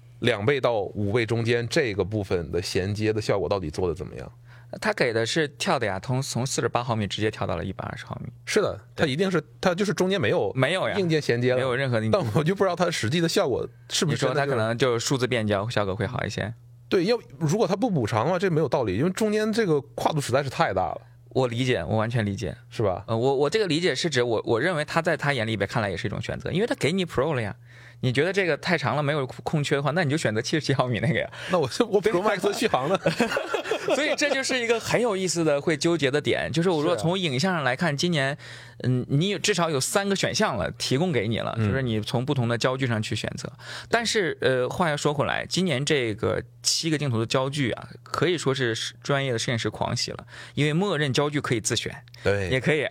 2倍到5倍中间这个部分的衔接的效果到底做的怎么样？ 它给的是跳的呀，从48毫米直接跳到了120毫米。 是的，它一定是它就是中间没有呀硬件衔接了， 没有任何的硬件， 但我就不知道它实际的效果是不是你说它可能就数字变焦效果会好一些。 对，如果它不补偿的话，这没有道理，因为中间这个跨度实在是太大了。 我理解，我完全理解， 是吧？ 我这个理解是指我认为他在他眼里边看来也是一种选择，因为他给你 Pro 了呀。你觉得这个太长了没有空缺的话，那你就选择77毫米那个呀。 那我 Pro Max 续航呢？ 所以这就是一个很有意思的会纠结的点，就是我说从影像上来看，今年你至少有3个选项了，提供给你了，就是你从不同的焦距上去选择。但是话要说回来，今年这个7个镜头的焦距啊，可以说是专业的摄影师狂喜了，因为默认焦距可以自选， 对， 也可以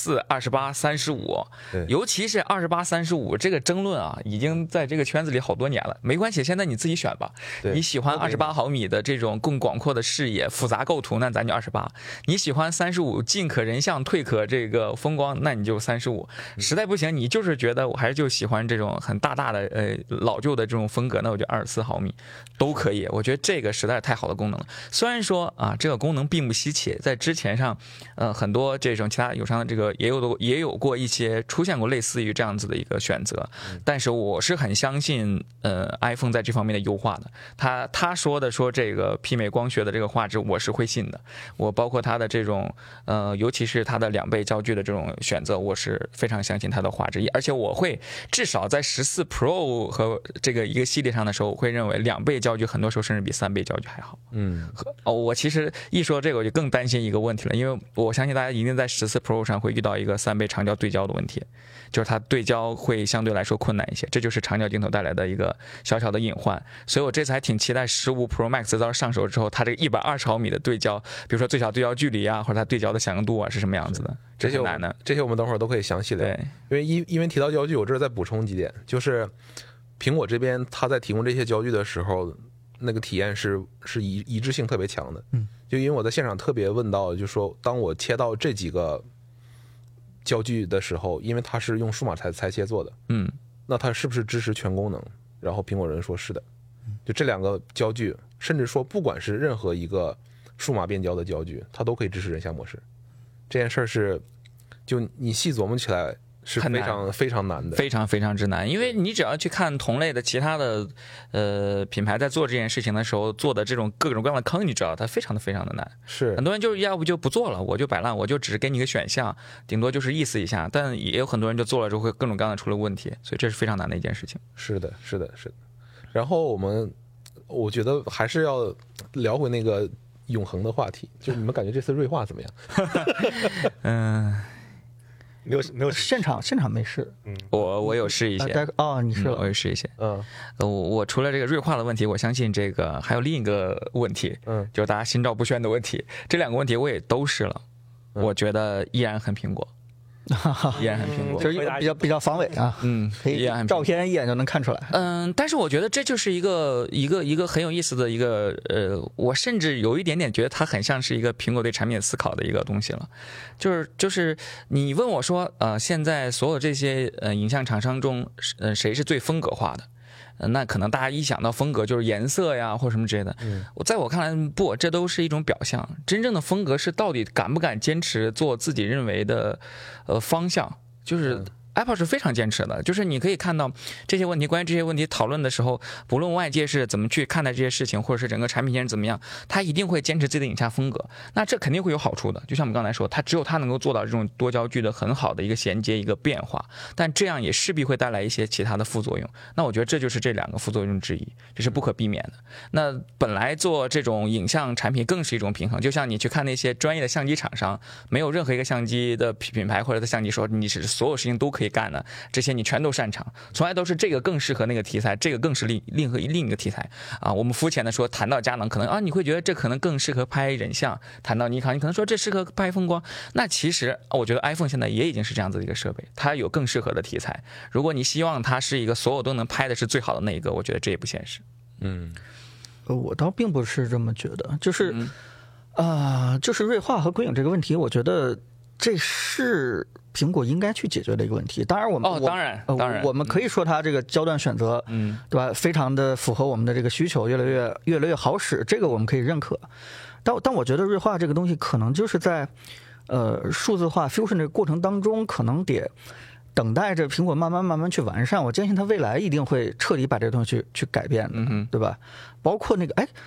24、28、35，尤其是28、35这个争论啊，已经在这个圈子里好多年了。没关系，现在你自己选吧。你喜欢28毫米的这种更广阔的视野、复杂构图，那咱就28；你喜欢35进可人像、退可这个风光，那你就35。实在不行，你就是觉得我还是就喜欢这种很大的老旧的这种风格，那我就24毫米都可以。我觉得这个实在是太好的功能了。虽然说啊，这个功能并不稀奇，在之前上，很多这种其他友商的这个也有过一些出现过类似于这样子的一个选择，但是我是很相信iPhone 在这方面的优化的。他说这个媲美光学的这个画质，我是会信的。我包括它的这种尤其是它的2倍焦距的这种选择，我是非常相信它的画质，而且我会至少在14 Pro 和这个一个系列上的时候，我会认为2倍焦距很多时候甚至比3倍焦距还好。我其实一说这个我就更担心一个问题了，因为我相信大家一定在14 Pro 上会遇到一个3倍长焦对焦的问题，就是它对焦会相对来说困难一些，这就是长焦镜头带来的一个小小的隐患。所以我这次还挺期待15 Pro Max 到上手之后，它这个120毫米的对焦，比如说最小对焦距离啊，或者它对焦的响应度啊是什么样子的，这些难的。 这些我们等会儿都可以详细聊。因为提到焦距，我这儿再补充几点，就是苹果这边它在提供这些焦距的时候，那个体验是一致性特别强的。就因为我在现场特别问到，就说当我切到这几个焦距的时候，因为它是用数码裁切做的，那它是不是支持全功能？然后苹果人说是的，就这2个焦距，甚至说不管是任何一个数码变焦的焦距，它都可以支持人像模式。这件事是，就你细琢磨起来是非常非常难的， 非常非常之难。因为你只要去看同类的其他的品牌在做这件事情的时候做的这种各种各样的坑，你知道它非常的难。 是很多人就要不就不做了，我就摆烂，我就只是给你个选项，顶多就是意思一下。但也有很多人就做了之后会各种各样的出了问题，所以这是非常难的一件事情。 是的。然后我觉得还是要聊回那个永恒的话题，就是你们感觉这次锐化怎么样？ 没有现场没试。 我有试一些。 你试了？ 我有试一些。我除了这个锐化的问题，我相信这个还有另一个问题，就是大家心照不宣的问题。这2个问题我也都试了，我觉得依然很苹果。依然很苹果， 就是比较防伪啊，可以照片一眼就能看出来。 但是我觉得这就是一个很有意思的一个我甚至有一点点觉得它很像是一个苹果对产品思考的一个东西了。就是你问我说，现在所有这些影像厂商中，谁是最风格化的？那可能大家一想到风格就是颜色呀或什么之类的，在我看来不，这都是一种表象。真正的风格是到底敢不敢坚持做自己认为的方向，就是Apple 是非常坚持的，就是你可以看到这些问题，关于这些问题讨论的时候，不论外界是怎么去看待这些事情，或者是整个产品线怎么样，他一定会坚持自己的影像风格。那这肯定会有好处的，就像我们刚才说，只有他能够做到这种多焦距的很好的一个衔接，一个变化，但这样也势必会带来一些其他的副作用。那我觉得这就是这2个副作用之一，这是不可避免的。那本来做这种影像产品更是一种平衡，就像你去看那些专业的相机厂商，没有任何一个相机的品牌或者的相机说你是所有事情都可以干的，这些你全都擅长，从来都是这个更适合那个题材，这个更是另一个题材啊。我们肤浅的说，谈到佳能，可能你会觉得这可能更适合拍人像；谈到尼康，你可能说这适合拍风光。那其实我觉得 iPhone 现在也已经是这样子的一个设备，它有更适合的题材。如果你希望它是一个所有都能拍的是最好的那一个，我觉得这也不现实。 我倒并不是这么觉得，就是就是锐化和鬼影这个问题，我觉得这是苹果应该去解决的一个问题。当然当然我们可以说它这个焦段选择，对吧？非常的符合我们的这个需求，越来越好使，这个我们可以认可。但我觉得锐化这个东西可能就是在数字化 fusion 这个过程当中，可能得等待着苹果慢慢去完善。我坚信它未来一定会彻底把这个东西去改变的，对吧？包括那个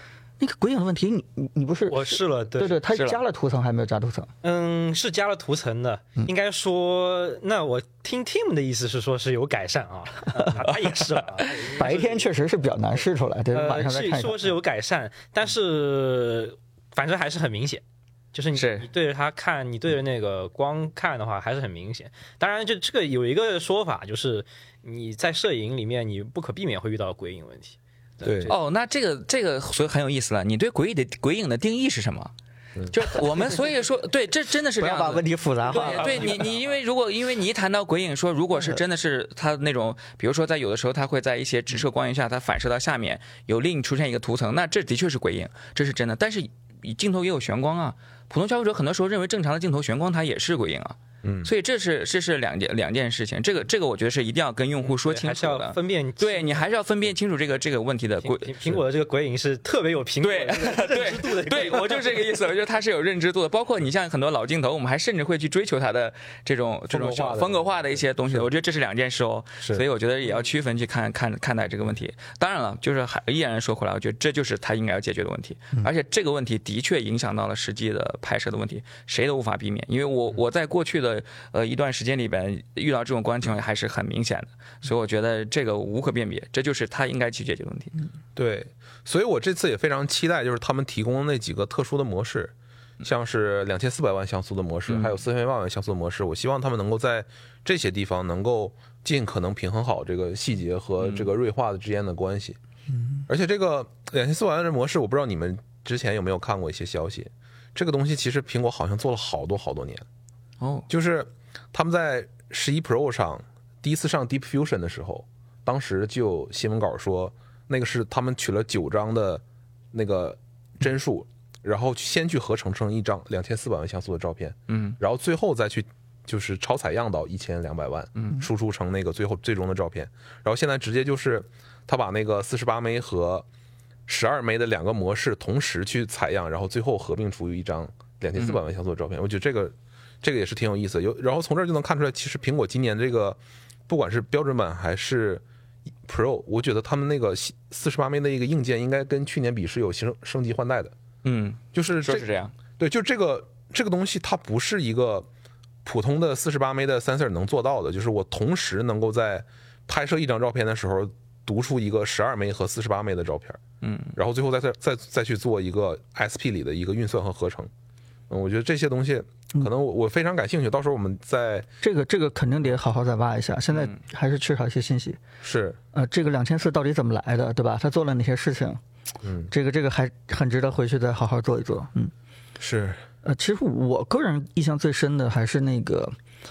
那个鬼影的问题，你不是我试了， 对，它加了涂层还没有加涂层？ 是加了涂层的，应该说，那我听 Tim 的意思是说是有改善啊，他也是了， 白天确实是比较难试出来，对，晚上再看一看。 说是有改善，但是反正还是很明显。就是你对着它看，你对着那个光看的话，还是很明显。当然，就这个有一个说法，就是你在摄影里面，你不可避免会遇到鬼影问题。 对哦，那这个所以很有意思了。你对鬼影的定义是什么？就我们所以说，对，这真的是这样子。 不要把问题复杂化。 对你，因为你一谈到鬼影，说如果是真的是它那种，比如说在有的时候它会在一些直射光源下，它反射到下面有另出现一个涂层，那这的确是鬼影，这是真的。但是镜头也有玄光啊，普通消费者很多时候认为正常的镜头玄光它也是鬼影啊。所以这是两件事情，这个我觉得是一定要跟用户说清楚的， 分辨， 对你还是要分辨清楚这个问题的。 苹果的这个鬼影是特别有苹果认知度的， 对，我就是这个意思，我觉得它是有认知度的。包括你像很多老镜头，我们还甚至会去追求它的这种风格化的一些东西，我觉得这是两件事哦。所以我觉得也要区分去看待这个问题。当然了，就是依然说回来，我觉得这就是它应该要解决的问题，而且这个问题的确影响到了实际的拍摄的问题，谁都无法避免。因为我在过去的一段时间里边遇到这种光情况还是很明显的，所以我觉得这个无可辩别，这就是他应该去解决的问题。 对，所以我这次也非常期待，就是他们提供的那几个特殊的模式，像是2400万像素的模式，还有4000万像素的模式，我希望他们能够在这些地方能够尽可能平衡好这个细节和这个锐化的之间的关系。而且这个2400万的模式，我不知道你们之前有没有看过一些消息，这个东西其实苹果好像做了好多年。就是他们在11 Pro 上第一次上 Deep Fusion 的时候，当时就有新闻稿说，那个是他们取了9张的那个帧数，然后先去合成成一张2400万像素的照片，然后最后再去就是超采样到1200万，输出成那个最终的照片。然后现在直接就是他把那个48枚和12枚的2个模式同时去采样，然后最后合并出一张2400万像素的照片。我觉得这个也是挺有意思的，然后从这儿就能看出来，其实苹果今年这个不管是标准版还是 Pro， 我觉得他们那个48枚的一个硬件应该跟去年比是有升级换代的。就是这样。 对，就这个东西它不是一个普通的48枚的 sensor 能做到的，就是我同时能够在拍摄一张照片的时候读出一个12枚和48枚的照片，然后最后再去做一个 SP 里的一个运算和合成。我觉得这些东西可能我非常感兴趣，到时候我们在这个肯定得好好再挖一下，现在还是缺少一些信息。 是这个2400到底怎么来的，对吧？他做了哪些事情？这个还很值得回去再好好做一做。 是其实我个人印象最深的还是那个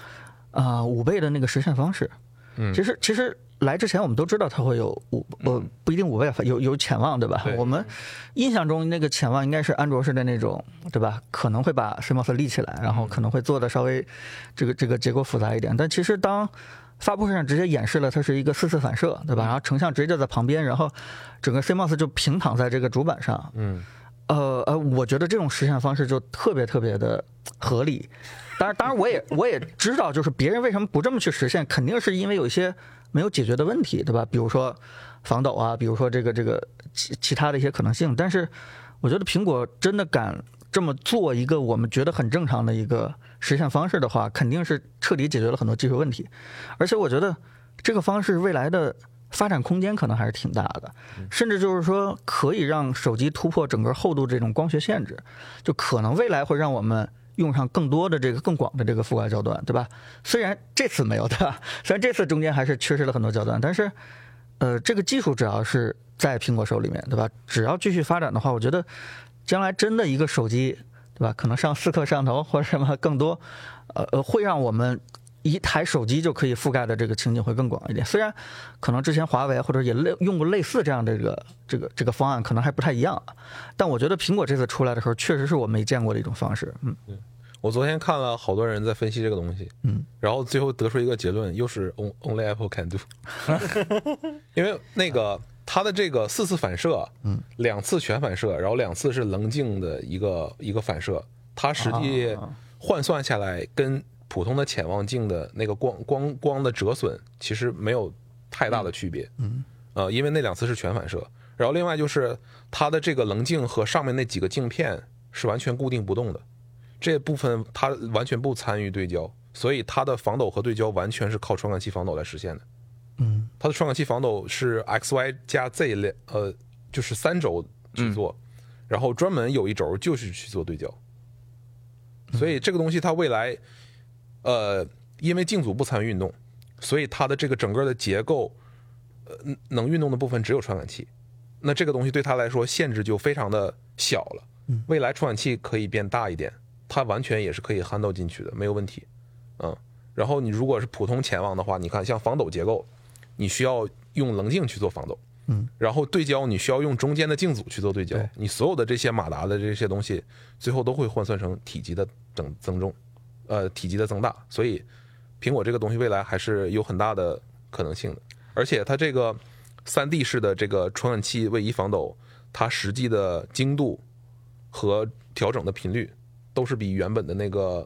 5倍的那个实现方式。其实来之前我们都知道它会有不一定5倍，有潜望，对吧？ 对， 我们印象中那个潜望应该是安卓式的那种，对吧？可能会把 CMOS 立起来，然后可能会做的稍微这个结构复杂一点。但其实当发布会上直接演示了它是一个4次反射，对吧？然后成像直接就在旁边，然后整个 CMOS 就平躺在这个主板上。我觉得这种实现方式就特别的合理。当然我也知道，就是别人为什么不这么去实现，肯定是因为有一些没有解决的问题，对吧？比如说防抖啊，比如说这个其他的一些可能性。但是我觉得苹果真的敢这么做一个我们觉得很正常的一个实现方式的话，肯定是彻底解决了很多技术问题。而且我觉得这个方式未来的发展空间可能还是挺大的，甚至就是说可以让手机突破整个厚度这种光学限制，就可能未来会让我们用上更多的这个更广的这个覆盖焦段，对吧？虽然这次没有的，虽然这次中间还是缺失了很多焦段，但是这个技术只要是在苹果手里面，对吧？只要继续发展的话，我觉得将来真的一个手机，对吧？可能上4颗摄像头或者什么更多，会让我们一台手机就可以覆盖的这个情景会更广一点。虽然可能之前华为或者也用过类似这样的这个方案，可能还不太一样，但我觉得苹果这次出来的时候，确实是我没见过的一种方式。 我昨天看了好多人在分析这个东西，然后最后得出一个结论，又是 Only Apple can do， 因为那个它的这个4次反射，2次全反射，然后2次是棱镜的一个反射，它实际换算下来跟普通的潜望镜的那个光的折损其实没有太大的区别，因为那2次是全反射，然然后另外就是它的这个棱镜和上面那几个镜片是完全固定不动的，这部分它完全不参与对焦，所以它的防抖和对焦完全是靠传感器防抖来实现的。它的传感器防抖是 XY 加 Z 就是3轴去做，然后专门有一轴就是去做对焦。所以这个东西它未来因为镜组不参与运动，所以它的这个整个的结构能运动的部分只有传感器，那这个东西对它来说限制就非常的小了。未来传感器可以变大一点，它完全也是可以handle进去的，没有问题。然后你如果是普通潜望的话，你看像防抖结构你需要用棱镜去做防抖，然后对焦你需要用中间的镜组去做对焦，你所有的这些马达的这些东西最后都会换算成体积的增重，体积的增大，所以苹果这个东西未来还是有很大的可能性的。而且它这个 3D 式的这个传感器位移防抖，它实际的精度和调整的频率都是比原本的那个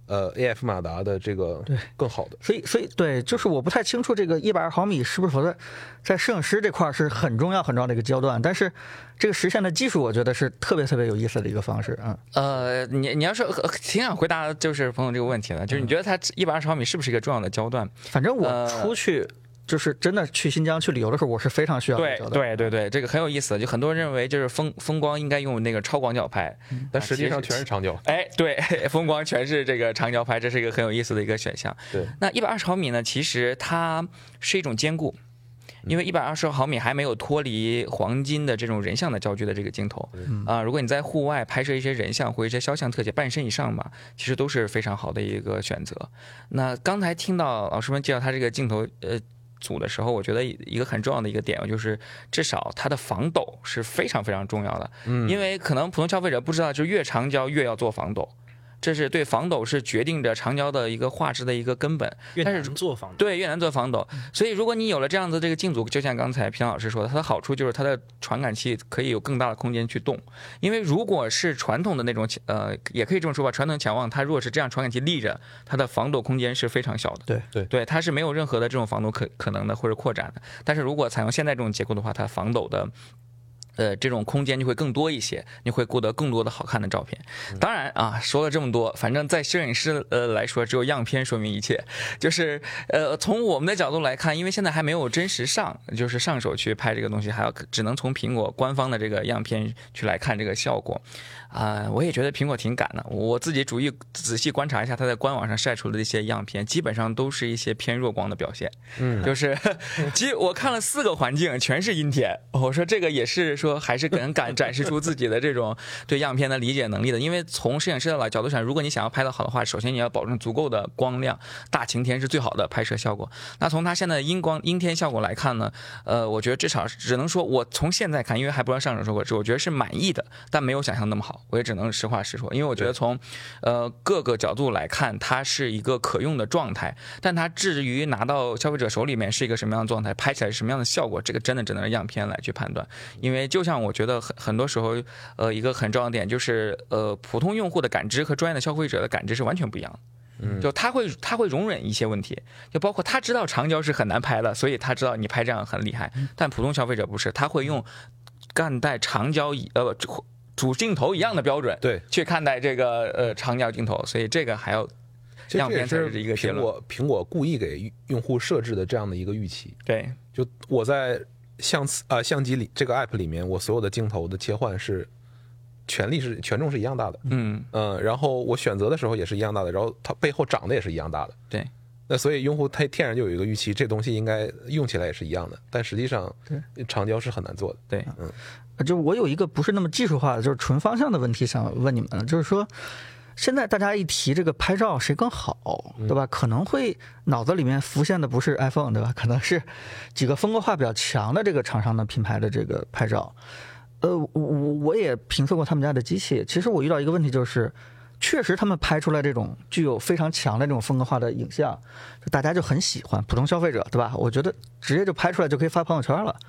AF 马达的这个更好的。 所以对，就是我不太清楚这个120毫米是不是在摄影师这块是很重要的一个焦段，但是这个实现的技术我觉得是特别有意思的一个方式啊。 你要说挺想回答就是朋友这个问题的，就是你觉得它120毫米是不是一个重要的焦段？ 反正我出去就是真的去新疆去旅游的时候，我是非常需要的焦段。 对，这个很有意思。就很多人认为就是风光应该用那个超广角拍， 但实际上全是长焦。 对，风光全是这个长焦拍，这是一个很有意思的一个选项。 对， 那120毫米呢，其实它是一种兼顾。因为120毫米还没有脱离黄金的这种人像的焦距的这个镜头如果你在户外拍摄一些人像或一些肖像特写半身以上嘛，其实都是非常好的一个选择。那刚才听到老师们介绍它这个镜头组的时候，我觉得一个很重要的一个点就是至少它的防抖是非常非常重要的。因为可能普通消费者不知道，就越长焦越要做防抖，这是对防抖是决定着长焦的一个画质的一个根本， 越难做防抖。 对，越难做防抖。所以如果你有了这样的这个镜组，就像刚才皮老师说的，它的好处就是它的传感器可以有更大的空间去动。因为如果是传统的那种也可以这么说吧，传统潜望它如果是这样传感器立着，它的防抖空间是非常小的。对，它是没有任何的这种防抖可能的或者扩展的。但是如果采用现在这种结构的话，它防抖的这种空间就会更多一些，你会获得更多的好看的照片。当然说了这么多，反正在摄影师来说，只有样片说明一切。就是从我们的角度来看，因为现在还没有真实就是上手去拍这个东西，只能从苹果官方的这个样片去来看这个效果。我也觉得苹果挺赶的。我自己仔细观察一下它在官网上晒出的这些样片，基本上都是一些偏弱光的表现。就是我看了4个环境全是阴天，我说这个也是说还是敢展示出自己的这种对样片的理解能力的。因为从摄影师的角度上，如果你想要拍得好的话，首先你要保证足够的光亮，大晴天是最好的拍摄效果。那从它现在的阴天效果来看呢，我觉得至少只能说我从现在看，因为还不让上手说过，我觉得是满意的，但没有想象那么好。我也只能实话实说，因为我觉得从各个角度来看，它是一个可用的状态，但它至于拿到消费者手里面是一个什么样的状态，拍起来是什么样的效果，这个真的只能样片来去判断。因为就像我觉得很多时候一个很重要的点就是普通用户的感知和专业的消费者的感知是完全不一样的。就他会容忍一些问题，就包括他知道长焦是很难拍的，所以他知道你拍这样很厉害，但普通消费者不是，他会用看待长焦主镜头一样的标准去看待这个长焦镜头，所以这个还要样片才是一个结论。 苹果故意给用户设置的这样的一个预期。 对， 就我在相机里这个 app 里面，我所有的镜头的切换是权重是一样大的。然后我选择的时候也是一样大的，然后它背后长得也是一样大的。 对。 那所以用户他天然就有一个预期，这东西应该用起来也是一样的，但实际上长焦是很难做的。 对， 就我有一个不是那么技术化的，就是纯方向的问题想问你们，就是说现在大家一提这个拍照谁更好，对吧？可能会脑子里面浮现的不是 iPhone， 对吧？可能是几个风格化比较强的这个厂商的品牌的这个拍照。我也评测过他们家的机器，其实我遇到一个问题就是。确实，他们拍出来这种具有非常强的这种风格化的影像，大家就很喜欢，普通消费者，对吧？我觉得直接就拍出来就可以发朋友圈了。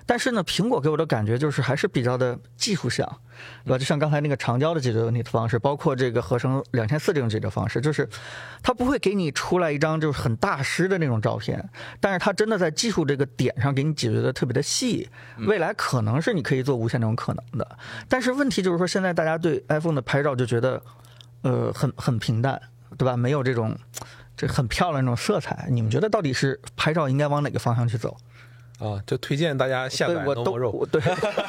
但是呢，苹果给我的感觉就是还是比较的技术向，对吧？就像刚才那个长焦的解决问题的方式，包括这个合成2400这种解决方式，就是它不会给你出来一张就是很大师的那种照片，但是它真的在技术这个点上给你解决的特别的细。未来可能是你可以做无限这种可能的，但是问题就是说，现在大家对 iPhone 的拍照就觉得，很平淡，对吧？没有这种很漂亮的那种色彩。你们觉得到底是拍照应该往哪个方向去走？ 啊，就推荐大家下载 Nomoro。 对，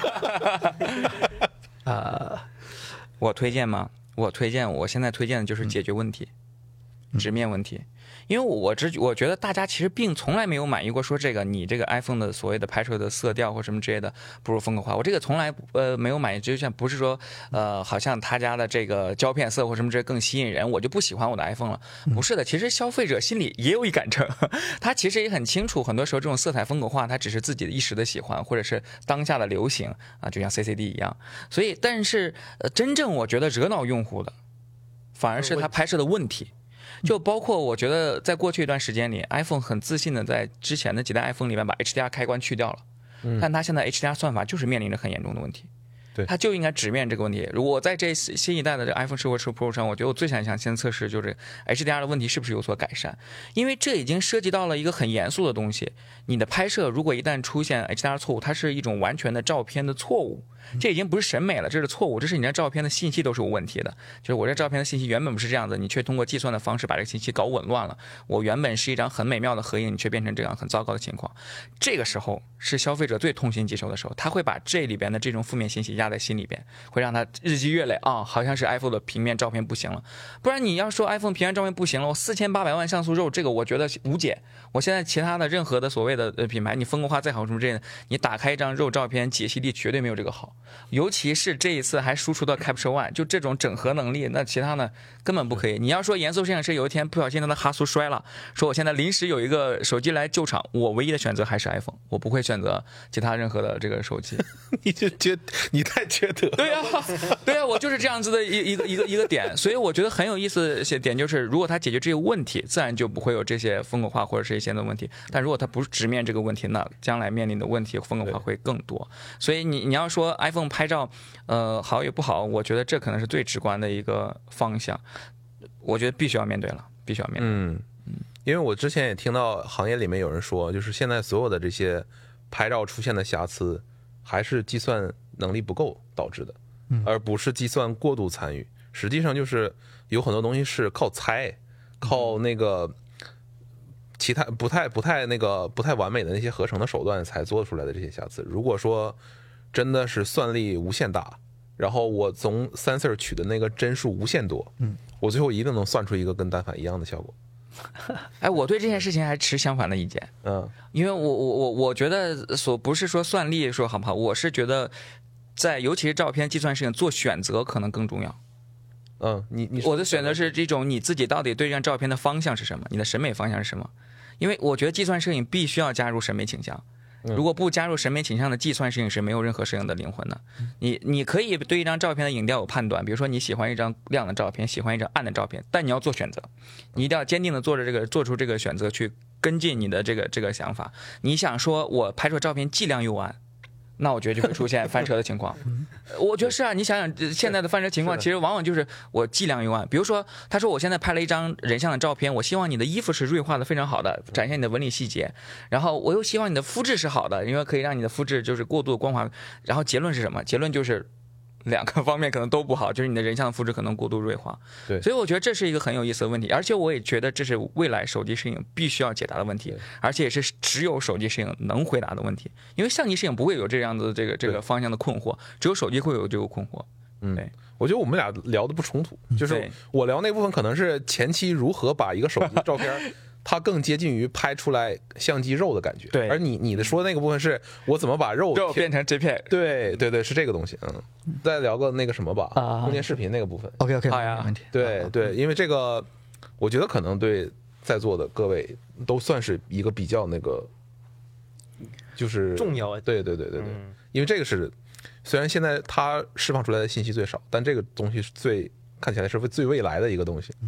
我推荐吗？我现在推荐的就是解决问题，直面问题。因为我觉得大家其实从来没有满意过说你这个 iPhone 的所谓的拍摄的色调或什么之类的不如风格化，我这个从来没有满意，就像不是说好像他家的这个胶片色或什么之类更吸引人，我就不喜欢我的 iPhone 了。不是的，其实消费者心里也有一杆秤，他其实也很清楚，很多时候这种色彩风格化，他只是自己的一时的喜欢，或者是当下的流行啊，就像 CCD 一样。所以，但是真正我觉得惹恼用户的，反而是他拍摄的问题。就包括我觉得在过去一段时间里 iPhone 很自信的在之前的几代 iPhone 里面把 HDR 开关去掉了，但它现在 HDR 算法就是面临着很严重的问题， 对， 它就应该直面这个问题。如果在这新一代的这 iPhone 15和15 Pro 上，我觉得我最想先测试就是 HDR 的问题是不是有所改善，因为这已经涉及到了一个很严肃的东西。你的拍摄如果一旦出现 HDR 错误，它是一种完全的照片的错误，这已经不是审美了，这是错误，这是你的照片的信息都是有问题的。就是我这照片的信息原本不是这样子，你却通过计算的方式把这个信息搞紊乱了。我原本是一张很美妙的合影，你却变成这样很糟糕的情况。这个时候是消费者最痛心疾首的时候，他会把这里边的这种负面信息压在心里边，会让他日积月累啊，好像是 iPhone 的平面照片不行了。不然你要说 iPhone 平面照片不行了，我4800万像素肉，这个我觉得无解。我现在其他的任何的所谓的品牌，你风格化再好什么之类的，你打开一张肉照片，解析力绝对没有这个好。尤其是这一次还输出到 Capture One， 就这种整合能力，那其他呢根本不可以。你要说严肃摄影师有一天不小心他的哈苏摔了，说我现在临时有一个手机来救场，我唯一的选择还是 iPhone， 我不会选择其他任何的这个手机。 你太缺德了。 对啊，我就是这样子的一个点。所以我觉得很有意思的一些点就是，如果他解决这些问题，自然就不会有这些风格化或者是一些的问题。但如果他不是直面这个问题，那将来面临的问题风格化会更多。所以你要说 iPhone 拍照好与不好，我觉得这可能是最直观的一个方向，我觉得必须要面对了，必须要面对。 因为我之前也听到行业里面有人说，就是现在所有的这些拍照出现的瑕疵还是计算能力不够导致的，而不是计算过度参与。实际上就是有很多东西是靠猜，靠那个其他不太完美的那些合成的手段才做出来的这些瑕疵。如果说真的是算力无限大，然后我从 sensor 取的那个帧数无限多，我最后一定能算出一个跟单反一样的效果。 哎，我对这件事情还持相反的意见。因为我觉得不是说算力说好不好，我是觉得在尤其是照片计算摄影做选择可能更重要。我的选择是这种，你自己到底对这张照片的方向是什么，你的审美方向是什么？因为我觉得计算摄影必须要加入审美倾向。如果不加入审美倾向的计算摄影是没有任何摄影的灵魂的。你可以对一张照片的影调有判断，比如说你喜欢一张亮的照片，喜欢一张暗的照片，但你要做选择，你一定要坚定的做出这个选择，去跟进你的这个想法。你想说我拍出照片既亮又暗，那我觉得就会出现翻车的情况。我觉得是啊，你想想现在的翻车情况，其实往往就是我既亮又暗。比如说，他说我现在拍了一张人像的照片，我希望你的衣服是锐化的非常好的，展现你的纹理细节，然后我又希望你的肤质是好的，因为可以让你的肤质就是过度光滑。然后结论是什么？结论就是两个方面可能都不好，就是你的人像的肤质可能过度锐化。 对， 所以我觉得这是一个很有意思的问题，而且我也觉得这是未来手机摄影必须要解答的问题，而且也是只有手机摄影能回答的问题。因为相机摄影不会有这样子这个方向的困惑，只有手机会有这个困惑。对， 我觉得我们俩聊的不冲突，就是我聊那部分可能是前期如何把一个手机照片它更接近于拍出来相机肉的感觉， 对。 而你的说的那个部分是我怎么把肉变成这片， 对，是这个东西。再聊个那个什么吧，空间视频那个部分。 OK， 好呀， 没问题。 对，因为这个，我觉得可能对在座的各位都算是一个比较那个，就是重要。 对，因为这个是虽然现在它释放出来的信息最少，但这个东西是看起来是最未来的一个东西。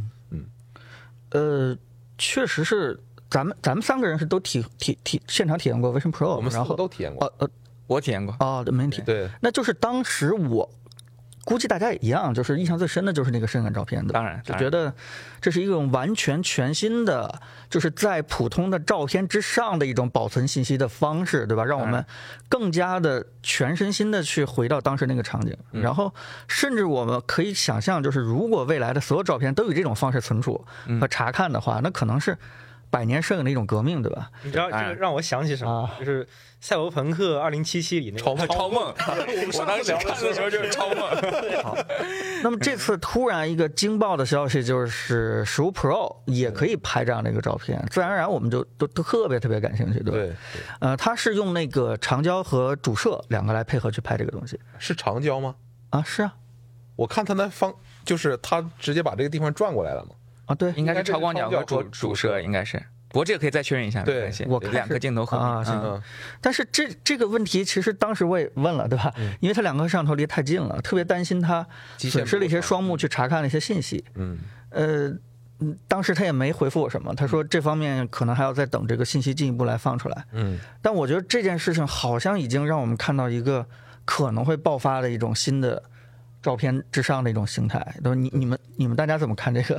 确实是，咱们三个人是都现场体验过 Vision Pro， 我们然后都体验过。 我体验过。 哦，没问题。 对， 那就是当时我估计大家也一样，就是印象最深的就是那个深感照片的， 当然就觉得这是一种完全全新的，就是在普通的照片之上的一种保存信息的方式，对吧？让我们更加的全身心的去回到当时那个场景，然后甚至我们可以想象，就是如果未来的所有照片都以这种方式存储和查看的话，那可能是100年摄影的一种革命，对吧？ 你知道这个让我想起什么？就是《赛博朋克2077》里那个超梦，我当时看的时候就是超梦。 好，那么这次突然一个惊爆的消息就是15 Pro 也可以拍这样的一个照片，自然而然我们就都特别感兴趣，对吧？ 对， 它是用那个长焦和主摄2个来配合去拍这个东西。 是长焦吗？ 啊，是啊， 我看他那就是他直接把这个地方转过来了嘛。 啊，对， 应该是超广角和主摄，应该是。不过这个可以再确认一下， 对， 我看 2个镜头合并啊，行。但是这个问题其实当时我也问了，对吧？因为它2个摄像头离太近了，特别担心它损失了一些双目去查看了一些信息。当时他也没回复我什么，他说这方面可能还要再等这个信息进一步来放出来。但我觉得这件事情好像已经让我们看到一个可能会爆发的一种新的照片之上的一种形态。都你们大家怎么看这个？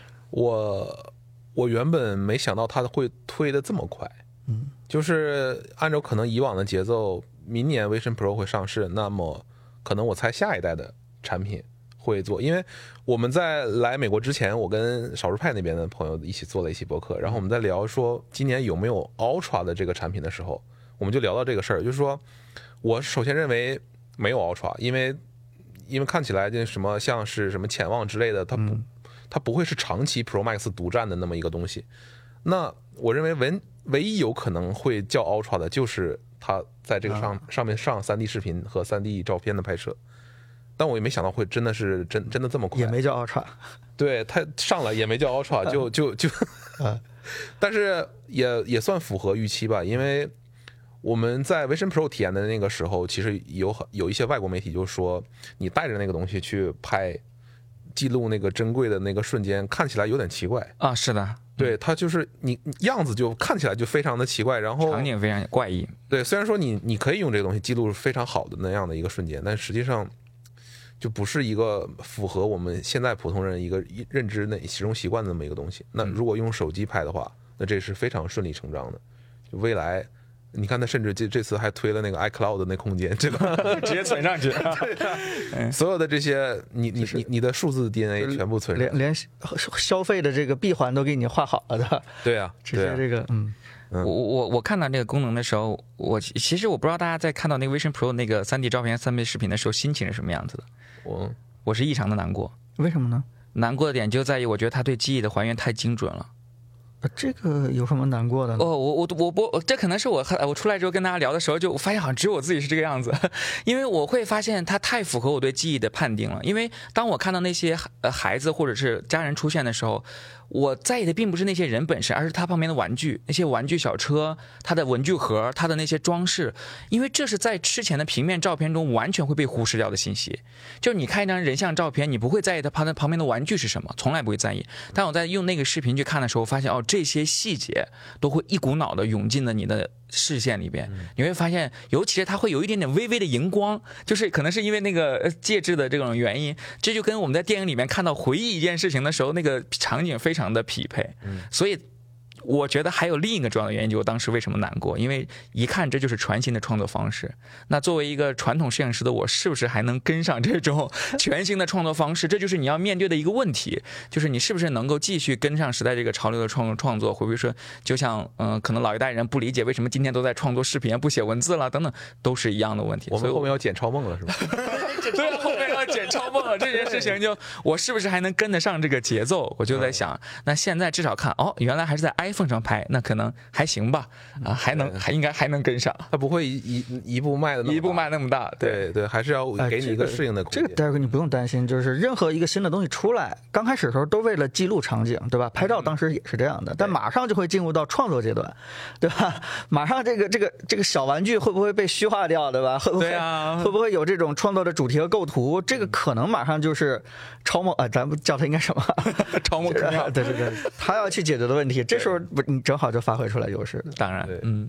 我原本没想到它会推得这么快，就是按照可能以往的节奏，明年 Vision Pro 会上市，那么可能我猜下一代的产品会做，因为我们在来美国之前，我跟少数派那边的朋友一起做了一期博客，然后我们在聊说今年有没有 Ultra 的这个产品的时候，我们就聊到这个事儿，就是说我首先认为没有 Ultra， 因为看起来就什么像是什么潜望之类的，它不会是长期 Pro Max 独占的那么一个东西。那我认为唯一有可能会叫 Ultra 的就是它在这个上面上 3D 视频和 3D 照片的拍摄。但我也没想到会真的这么快， 也没叫 Ultra， 对，它上来也没叫 Ultra， 就但是也算符合预期吧，因为我们在 Vision Pro 体验的那个时候，其实有一些外国媒体就说，你带着那个东西去拍记录那个珍贵的那个瞬间，看起来有点奇怪啊。是的， 对，它就是你样子就看起来就非常的奇怪，然后场景非常怪异。 对，虽然说你可以用这个东西记录非常好的那样的一个瞬间，但实际上就不是一个符合我们现在普通人一个认知的使用习惯的那么一个东西。那如果用手机拍的话，那这是非常顺理成章的。就未来你看，他甚至这次还推了那个 iCloud 的那空间，对吧？ 直接存上去。 所有的这些你的数字 DNA 全部存上， 连消费的这个闭环都给你画好了的。 对啊， 直接这个我看到这个功能的时候，其实我不知道大家在看到那个 Vision Pro 那个3D 照片、3D 视频的时候，心情是什么样子的。我是异常的难过。 为什么呢？ 难过的点就在于，我觉得它对记忆的还原太精准了。 这个有什么难过的呢？ 我这可能是我出来之后跟大家聊的时候，就发现好像只有我自己是这个样子，因为我会发现它太符合我对记忆的判定了。因为当我看到那些孩子或者是家人出现的时候，我在意的并不是那些人本身，而是他旁边的玩具，那些玩具小车，他的文具盒，他的那些装饰，因为这是在之前的平面照片中完全会被忽视掉的信息。就是你看一张人像照片，你不会在意他旁边的玩具是什么，从来不会在意。但我在用那个视频去看的时候，发现这些细节都会一股脑的涌进了你的视线里边。你会发现，尤其是它会有一点点微微的荧光，就是可能是因为那个介质的这种原因，这就跟我们在电影里面看到回忆一件事情的时候，那个场景非常的匹配。所以我觉得还有另一个重要的原因，就是我当时为什么难过，因为一看这就是全新的创作方式。那作为一个传统摄影师的我，是不是还能跟上这种全新的创作方式？这就是你要面对的一个问题，就是你是不是能够继续跟上时代这个潮流的创作？会不会说，就像可能老一代人不理解为什么今天都在创作视频不写文字了等等，都是一样的问题。 我们后面要剪超梦了是吧？ 对，后面要剪超梦了这件事情，就我是不是还能跟得上这个节奏？我就在想，那现在至少看原来还是在 iPhone 上拍，那可能还行吧，应该还能跟上。 它不会一步迈那么大， 对对，还是要给你一个适应的空间。 这个戴哥你不用担心，就是任何一个新的东西出来，刚开始的时候都为了记录场景，对吧？拍照当时也是这样的，但马上就会进入到创作阶段，对吧？马上这个小玩具会不会被虚化掉，对吧？会不会有这种创作的主题和构图？这个可能马上就是超梦咱们叫它应该什么？ 超梦对，他要去解决的问题，这时候你正好就发挥出来优势。 当然，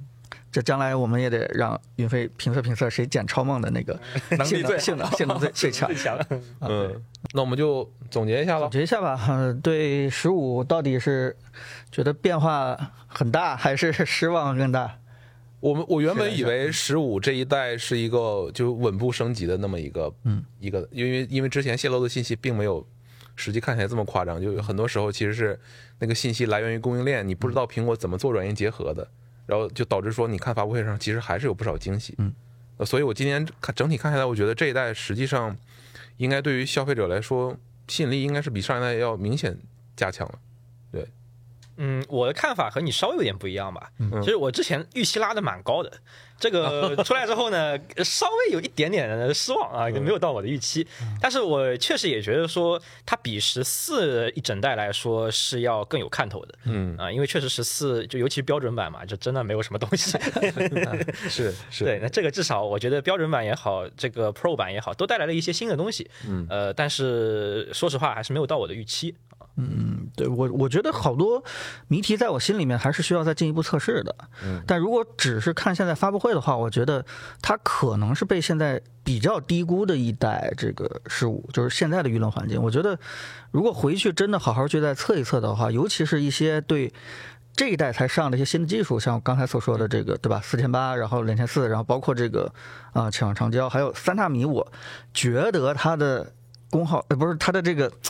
这将来我们也得让云飞评测谁捡超梦的那个性能最强。 那我们就总结一下了。 总结一下吧，对15到底是觉得变化很大，还是失望更大？ 我原本以为15这一代是一个就稳步升级的那么一个因为之前泄露的信息并没有实际看起来这么夸张，就很多时候其实是那个信息来源于供应链，你不知道苹果怎么做软硬结合的，然后就导致说你看发布会上其实还是有不少惊喜。所以我今年整体看下来，我觉得这一代实际上应该对于消费者来说吸引力应该是比上一代要明显加强了。对， 我的看法和你稍微有点不一样吧。其实我之前预期拉的蛮高的，这个出来之后呢，稍微有一点点的失望啊，没有到我的预期。但是我确实也觉得说，它比14一整代来说是要更有看头的。因为确实14就尤其标准版嘛，就真的没有什么东西。 是对，那这个至少我觉得标准版也好，这个 Pro 版也好，都带来了一些新的东西。但是说实话还是没有到我的预期。 对，我觉得好多谜题在我心里面还是需要再进一步测试的。但如果只是看现在发布会的话，我觉得它可能是被现在比较低估的一代这个15，就是现在的舆论环境。我觉得如果回去真的好好去再测一测的话，尤其是一些对这一代才上的一些新的技术，像刚才所说的这个，对吧？4800，然后2400，然后包括这个潜望长焦，还有3纳米，我觉得它的功耗不是它的这个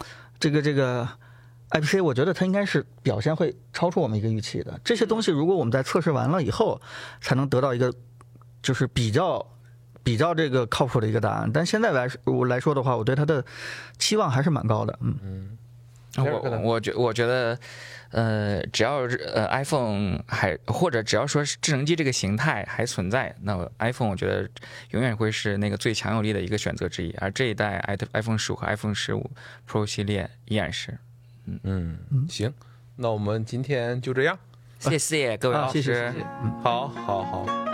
IPC， 我觉得它应该是表现会超出我们一个预期的。这些东西如果我们在测试完了以后，才能得到一个就是比较这个靠谱的一个答案。但现在来说的话，我对它的期望还是蛮高的。 我觉得，只要iPhone 或者只要说智能机这个形态还存在，那 iPhone 我觉得永远会是那个最强有力的一个选择之一。而这一代 iPhone 15和 iPhone 15 Pro 系列依然是。 行，那我们今天就这样， 谢谢各位老师， 好。